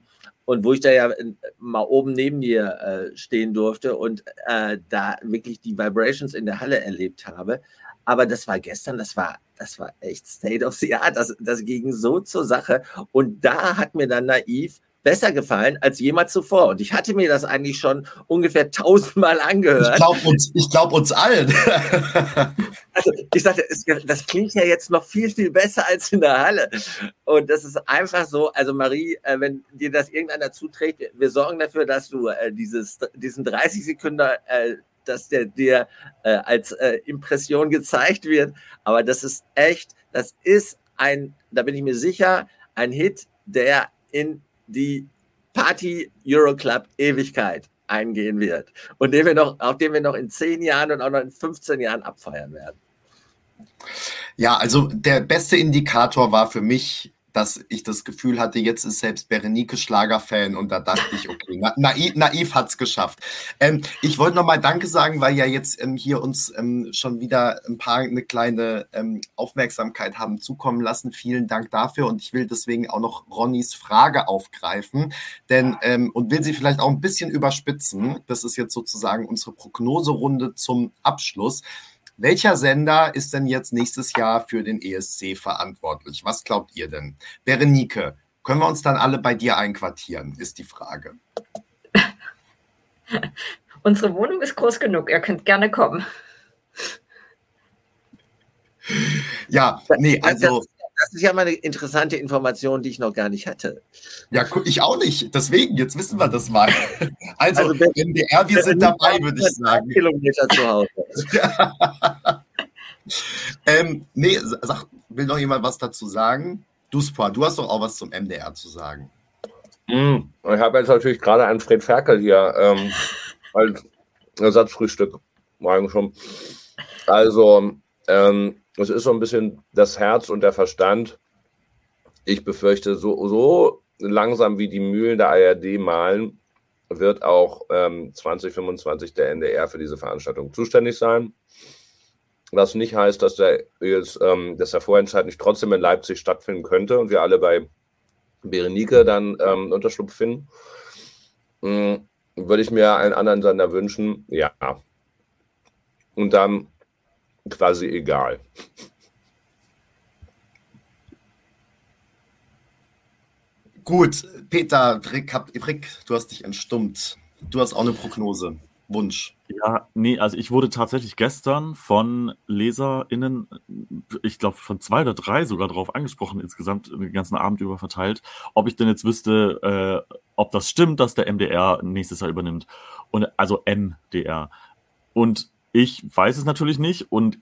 und wo ich da ja mal oben neben dir stehen durfte und da wirklich die Vibrations in der Halle erlebt habe. Aber das war gestern, das war echt State of the Art. Das ging so zur Sache. Und da hat mir dann Naiv besser gefallen als jemals zuvor. Und ich hatte mir das eigentlich schon ungefähr 1000-mal angehört. Ich glaube uns allen. Also ich sagte, das klingt ja jetzt noch viel, viel besser als in der Halle. Und das ist einfach so, also Marie, wenn dir das irgendeiner zuträgt, wir sorgen dafür, dass du diesen 30 Sekunden, dass der dir als Impression gezeigt wird. Aber das ist echt, da bin ich mir sicher, ein Hit, der in die Party Euroclub Ewigkeit eingehen wird und auf den wir noch in 10 Jahren und auch noch in 15 Jahren abfeiern werden. Ja, also der beste Indikator war für mich, dass ich das Gefühl hatte, jetzt ist selbst Berenike Schlagerfan und da dachte ich, okay, Naiv hat's geschafft. Ich wollte nochmal Danke sagen, weil ja jetzt hier uns schon wieder eine kleine Aufmerksamkeit haben zukommen lassen. Vielen Dank dafür und ich will deswegen auch noch Ronnys Frage aufgreifen, und will sie vielleicht auch ein bisschen überspitzen. Das ist jetzt sozusagen unsere Prognoserunde zum Abschluss. Welcher Sender ist denn jetzt nächstes Jahr für den ESC verantwortlich? Was glaubt ihr denn? Berenike, können wir uns dann alle bei dir einquartieren, ist die Frage. Unsere Wohnung ist groß genug, ihr könnt gerne kommen. Ja, nee, also... Das ist ja mal eine interessante Information, die ich noch gar nicht hatte. Ja, ich auch nicht. Deswegen, jetzt wissen wir das mal. Also NDR, wir sind dabei, würde ich sagen. Kilometer zu Hause. Ja. Will noch jemand was dazu sagen? Du hast doch auch was zum MDR zu sagen. Ich habe jetzt natürlich gerade einen Fred Ferkel hier als Ersatzfrühstück. Morgen schon. Also, es ist so ein bisschen das Herz und der Verstand. Ich befürchte, so langsam wie die Mühlen der ARD mahlen, wird auch 2025 der NDR für diese Veranstaltung zuständig sein. Was nicht heißt, dass der Vorentscheid nicht trotzdem in Leipzig stattfinden könnte und wir alle bei Berenike dann Unterschlupf finden. Würde ich mir einen anderen Sender wünschen? Ja. Und dann quasi egal. Gut, Peter, Rick, du hast dich entstummt. Du hast auch eine Prognose, Wunsch. Ja, nee, also ich wurde tatsächlich gestern von LeserInnen, ich glaube von 2 oder 3 sogar drauf angesprochen, insgesamt den ganzen Abend über verteilt, ob ich denn jetzt wüsste, ob das stimmt, dass der MDR nächstes Jahr übernimmt. Also MDR. Und ich weiß es natürlich nicht und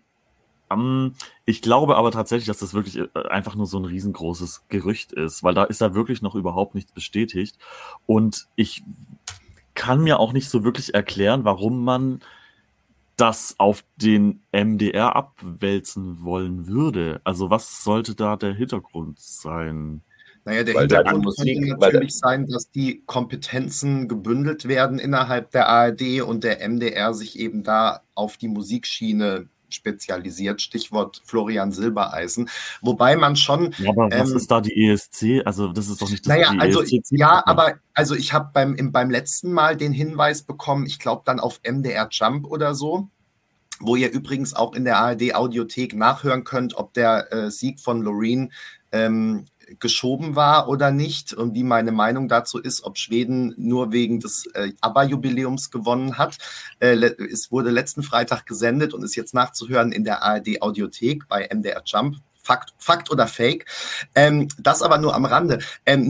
ich glaube aber tatsächlich, dass das wirklich einfach nur so ein riesengroßes Gerücht ist, weil da ist da wirklich noch überhaupt nichts bestätigt. Und ich kann mir auch nicht so wirklich erklären, warum man das auf den MDR abwälzen wollen würde. Also was sollte da der Hintergrund sein? Naja, der Hintergrund könnte natürlich sein, dass die Kompetenzen gebündelt werden innerhalb der ARD und der MDR sich eben da auf die Musikschiene spezialisiert, Stichwort Florian Silbereisen, wobei man schon... Ja, aber was ist da die ESC? Also das ist doch nicht das ESC. Ja, aber ich habe beim letzten Mal den Hinweis bekommen, ich glaube dann auf MDR Jump oder so, wo ihr übrigens auch in der ARD-Audiothek nachhören könnt, ob der Sieg von Loreen geschoben war oder nicht und wie meine Meinung dazu ist, ob Schweden nur wegen des ABBA-Jubiläums gewonnen hat. Es wurde letzten Freitag gesendet und ist jetzt nachzuhören in der ARD-Audiothek bei MDR Jump. Fakt oder Fake? Das aber nur am Rande.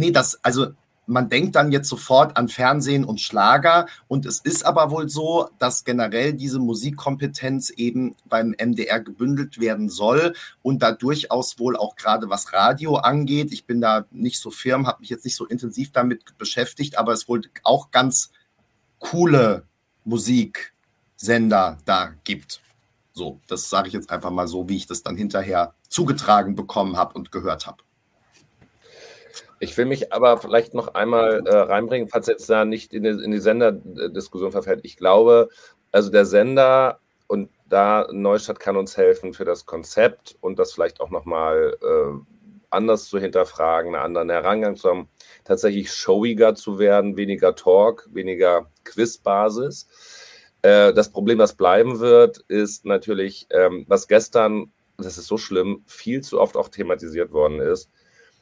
Man denkt dann jetzt sofort an Fernsehen und Schlager und es ist aber wohl so, dass generell diese Musikkompetenz eben beim MDR gebündelt werden soll und da durchaus wohl auch gerade was Radio angeht. Ich bin da nicht so firm, habe mich jetzt nicht so intensiv damit beschäftigt, aber es wohl auch ganz coole Musiksender da gibt. So, das sage ich jetzt einfach mal so, wie ich das dann hinterher zugetragen bekommen habe und gehört habe. Ich will mich aber vielleicht noch einmal reinbringen, falls jetzt da nicht in die Senderdiskussion verfällt. Ich glaube, also der Sender und da Neustadt kann uns helfen für das Konzept und das vielleicht auch nochmal anders zu hinterfragen, einen anderen Herangang zu haben, tatsächlich showiger zu werden, weniger Talk, weniger Quizbasis. Das Problem, was bleiben wird, ist natürlich, was gestern, das ist so schlimm, viel zu oft auch thematisiert worden ist,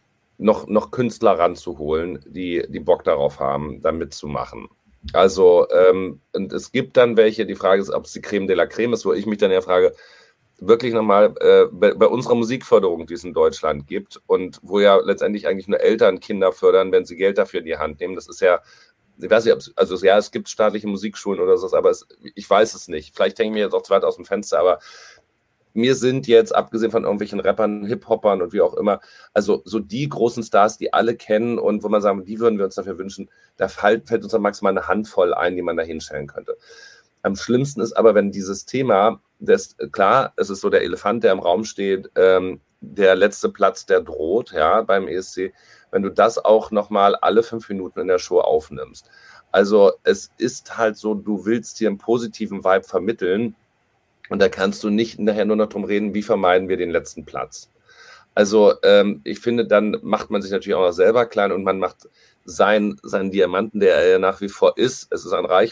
noch Künstler ranzuholen, die Bock darauf haben, da mitzumachen. Also, und es gibt dann welche, die Frage ist, ob es die Creme de la Creme ist, wo ich mich dann ja frage, wirklich nochmal bei unserer Musikförderung, die es in Deutschland gibt und wo ja letztendlich eigentlich nur Eltern Kinder fördern, wenn sie Geld dafür in die Hand nehmen. Das ist ja, ich weiß nicht, also ja, es gibt staatliche Musikschulen oder so, aber ich weiß es nicht. Vielleicht hänge ich mir jetzt auch zu weit aus dem Fenster, aber mir sind jetzt, abgesehen von irgendwelchen Rappern, Hip-Hopern und wie auch immer, also so die großen Stars, die alle kennen und wo man sagen, die würden wir uns dafür wünschen, da fällt uns dann maximal eine Handvoll ein, die man da hinstellen könnte. Am schlimmsten ist aber, wenn dieses Thema, klar, es ist so der Elefant, der im Raum steht, der letzte Platz, der droht, ja, beim ESC, wenn du das auch nochmal alle 5 Minuten in der Show aufnimmst. Also es ist halt so, du willst dir einen positiven Vibe vermitteln und da kannst du nicht nachher nur noch drum reden, wie vermeiden wir den letzten Platz. Also ich finde, dann macht man sich natürlich auch noch selber klein und man macht seinen Diamanten, der er nach wie vor ist. Es ist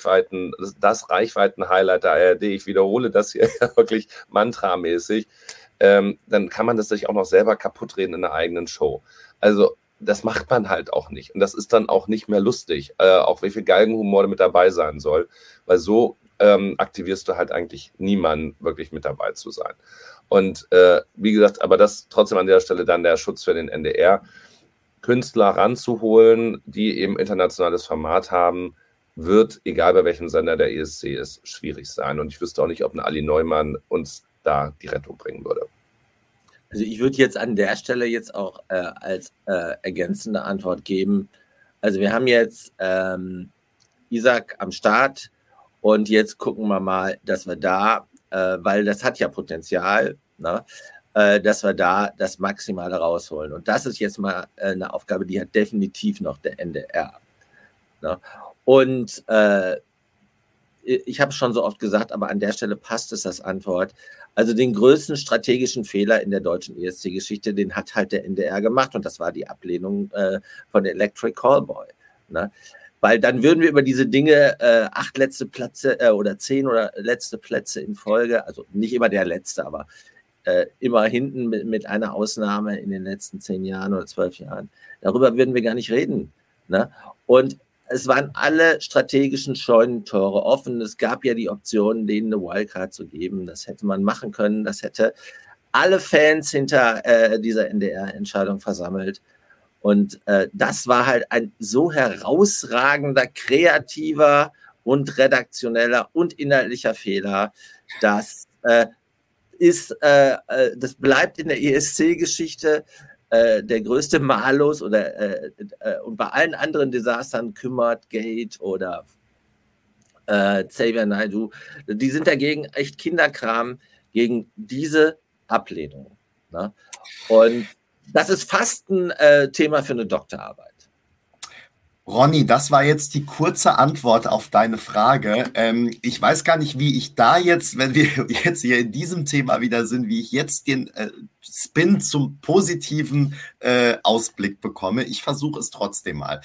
das Reichweiten-Highlight der ARD. Ich wiederhole das hier wirklich mantramäßig. Dann kann man das sich auch noch selber kaputt reden in der eigenen Show. Also das macht man halt auch nicht. Und das ist dann auch nicht mehr lustig, auch wie viel Galgenhumor mit dabei sein soll. Weil so aktivierst du halt eigentlich niemanden, wirklich mit dabei zu sein. Und wie gesagt, aber das trotzdem an der Stelle dann der Schutz für den NDR. Künstler ranzuholen, die eben internationales Format haben, wird, egal bei welchem Sender der ESC ist, schwierig sein. Und ich wüsste auch nicht, ob eine Ali Neumann uns da die Rettung bringen würde. Also ich würde jetzt an der Stelle jetzt auch als ergänzende Antwort geben. Also wir haben jetzt Isaac am Start und jetzt gucken wir mal, dass wir da, weil das hat ja Potenzial, ne? Dass wir da das Maximale rausholen. Und das ist jetzt mal eine Aufgabe, die hat definitiv noch der NDR. Ne? Und ich habe es schon so oft gesagt, aber an der Stelle passt es als Antwort. Also den größten strategischen Fehler in der deutschen ESC-Geschichte, den hat halt der NDR gemacht und das war die Ablehnung von Electric Callboy. Ne? Weil dann würden wir über diese Dinge 8 letzte Plätze oder 10 oder letzte Plätze in Folge, also nicht immer der letzte, aber immer hinten mit einer Ausnahme in den letzten 10 Jahren oder 12 Jahren. Darüber würden wir gar nicht reden. Ne? Und es waren alle strategischen Scheunentore offen. Es gab ja die Option, denen eine Wildcard zu geben. Das hätte man machen können. Das hätte alle Fans hinter dieser NDR-Entscheidung versammelt. Und das war halt ein so herausragender, kreativer und redaktioneller und inhaltlicher Fehler, dass das bleibt in der ESC-Geschichte der größte Malus und bei allen anderen Desastern, Kümmert, Gate oder Xavier Naidoo, die sind dagegen echt Kinderkram gegen diese Ablehnung. Ne? Und das ist fast ein Thema für eine Doktorarbeit. Ronny, das war jetzt die kurze Antwort auf deine Frage. Ich weiß gar nicht, wie ich da jetzt, wenn wir jetzt hier in diesem Thema wieder sind, wie ich jetzt den Spin zum positiven Ausblick bekomme. Ich versuche es trotzdem mal.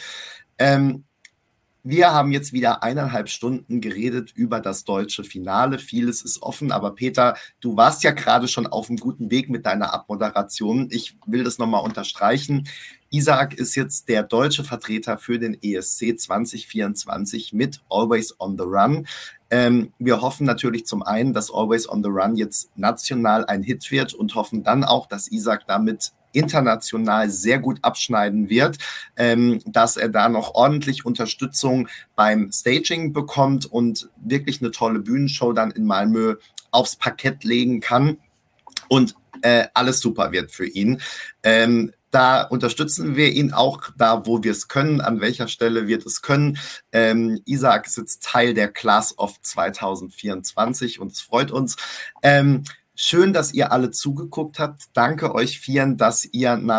Wir haben jetzt wieder 1,5 Stunden geredet über das deutsche Finale. Vieles ist offen, aber Peter, du warst ja gerade schon auf einem guten Weg mit deiner Abmoderation. Ich will das nochmal unterstreichen. Isaac ist jetzt der deutsche Vertreter für den ESC 2024 mit Always on the Run. Wir hoffen natürlich zum einen, dass Always on the Run jetzt national ein Hit wird und hoffen dann auch, dass Isaac damit international sehr gut abschneiden wird, dass er da noch ordentlich Unterstützung beim Staging bekommt und wirklich eine tolle Bühnenshow dann in Malmö aufs Parkett legen kann und alles super wird für ihn. Da unterstützen wir ihn auch da, wo wir es können, an welcher Stelle wir es können. Isaac ist jetzt Teil der Class of 2024 und es freut uns. Schön, dass ihr alle zugeguckt habt. Danke euch Vieren, dass ihr nach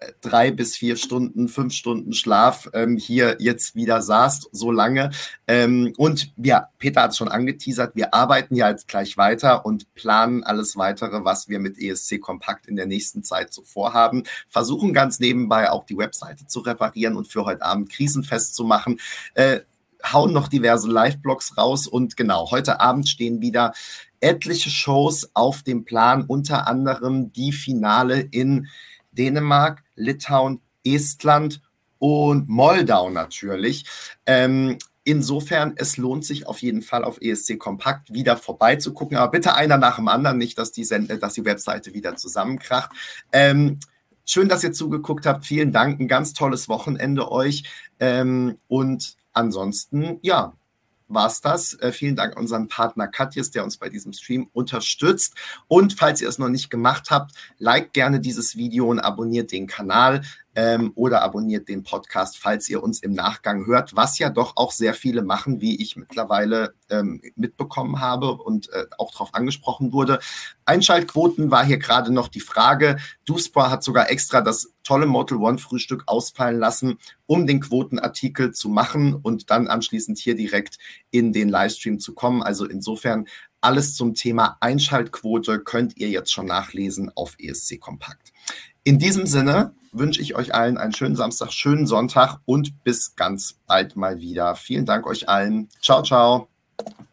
3 bis 4 Stunden, 5 Stunden Schlaf hier jetzt wieder saßt, so lange. Und ja, Peter hat es schon angeteasert, wir arbeiten ja jetzt gleich weiter und planen alles Weitere, was wir mit ESC Kompakt in der nächsten Zeit so vorhaben. Versuchen ganz nebenbei auch die Webseite zu reparieren und für heute Abend krisenfest zu machen. Hauen noch diverse Live-Blogs raus und genau, heute Abend stehen wieder etliche Shows auf dem Plan, unter anderem die Finale in Dänemark, Litauen, Estland und Moldau natürlich. Insofern, es lohnt sich auf jeden Fall auf ESC Kompakt wieder vorbeizugucken, aber bitte einer nach dem anderen, nicht, dass die Webseite wieder zusammenkracht. Schön, dass ihr zugeguckt habt. Vielen Dank, ein ganz tolles Wochenende euch. Und ansonsten, ja, war's das. Vielen Dank an unseren Partner Katjes, der uns bei diesem Stream unterstützt. Und falls ihr es noch nicht gemacht habt, liked gerne dieses Video und abonniert den Kanal oder abonniert den Podcast, falls ihr uns im Nachgang hört, was ja doch auch sehr viele machen, wie ich mittlerweile mitbekommen habe und auch darauf angesprochen wurde. Einschaltquoten war hier gerade noch die Frage. Duspa hat sogar extra das tolle Motel One Frühstück ausfallen lassen, um den Quotenartikel zu machen und dann anschließend hier direkt in den Livestream zu kommen. Also insofern alles zum Thema Einschaltquote könnt ihr jetzt schon nachlesen auf ESC Kompakt. In diesem Sinne wünsche ich euch allen einen schönen Samstag, schönen Sonntag und bis ganz bald mal wieder. Vielen Dank euch allen. Ciao, ciao.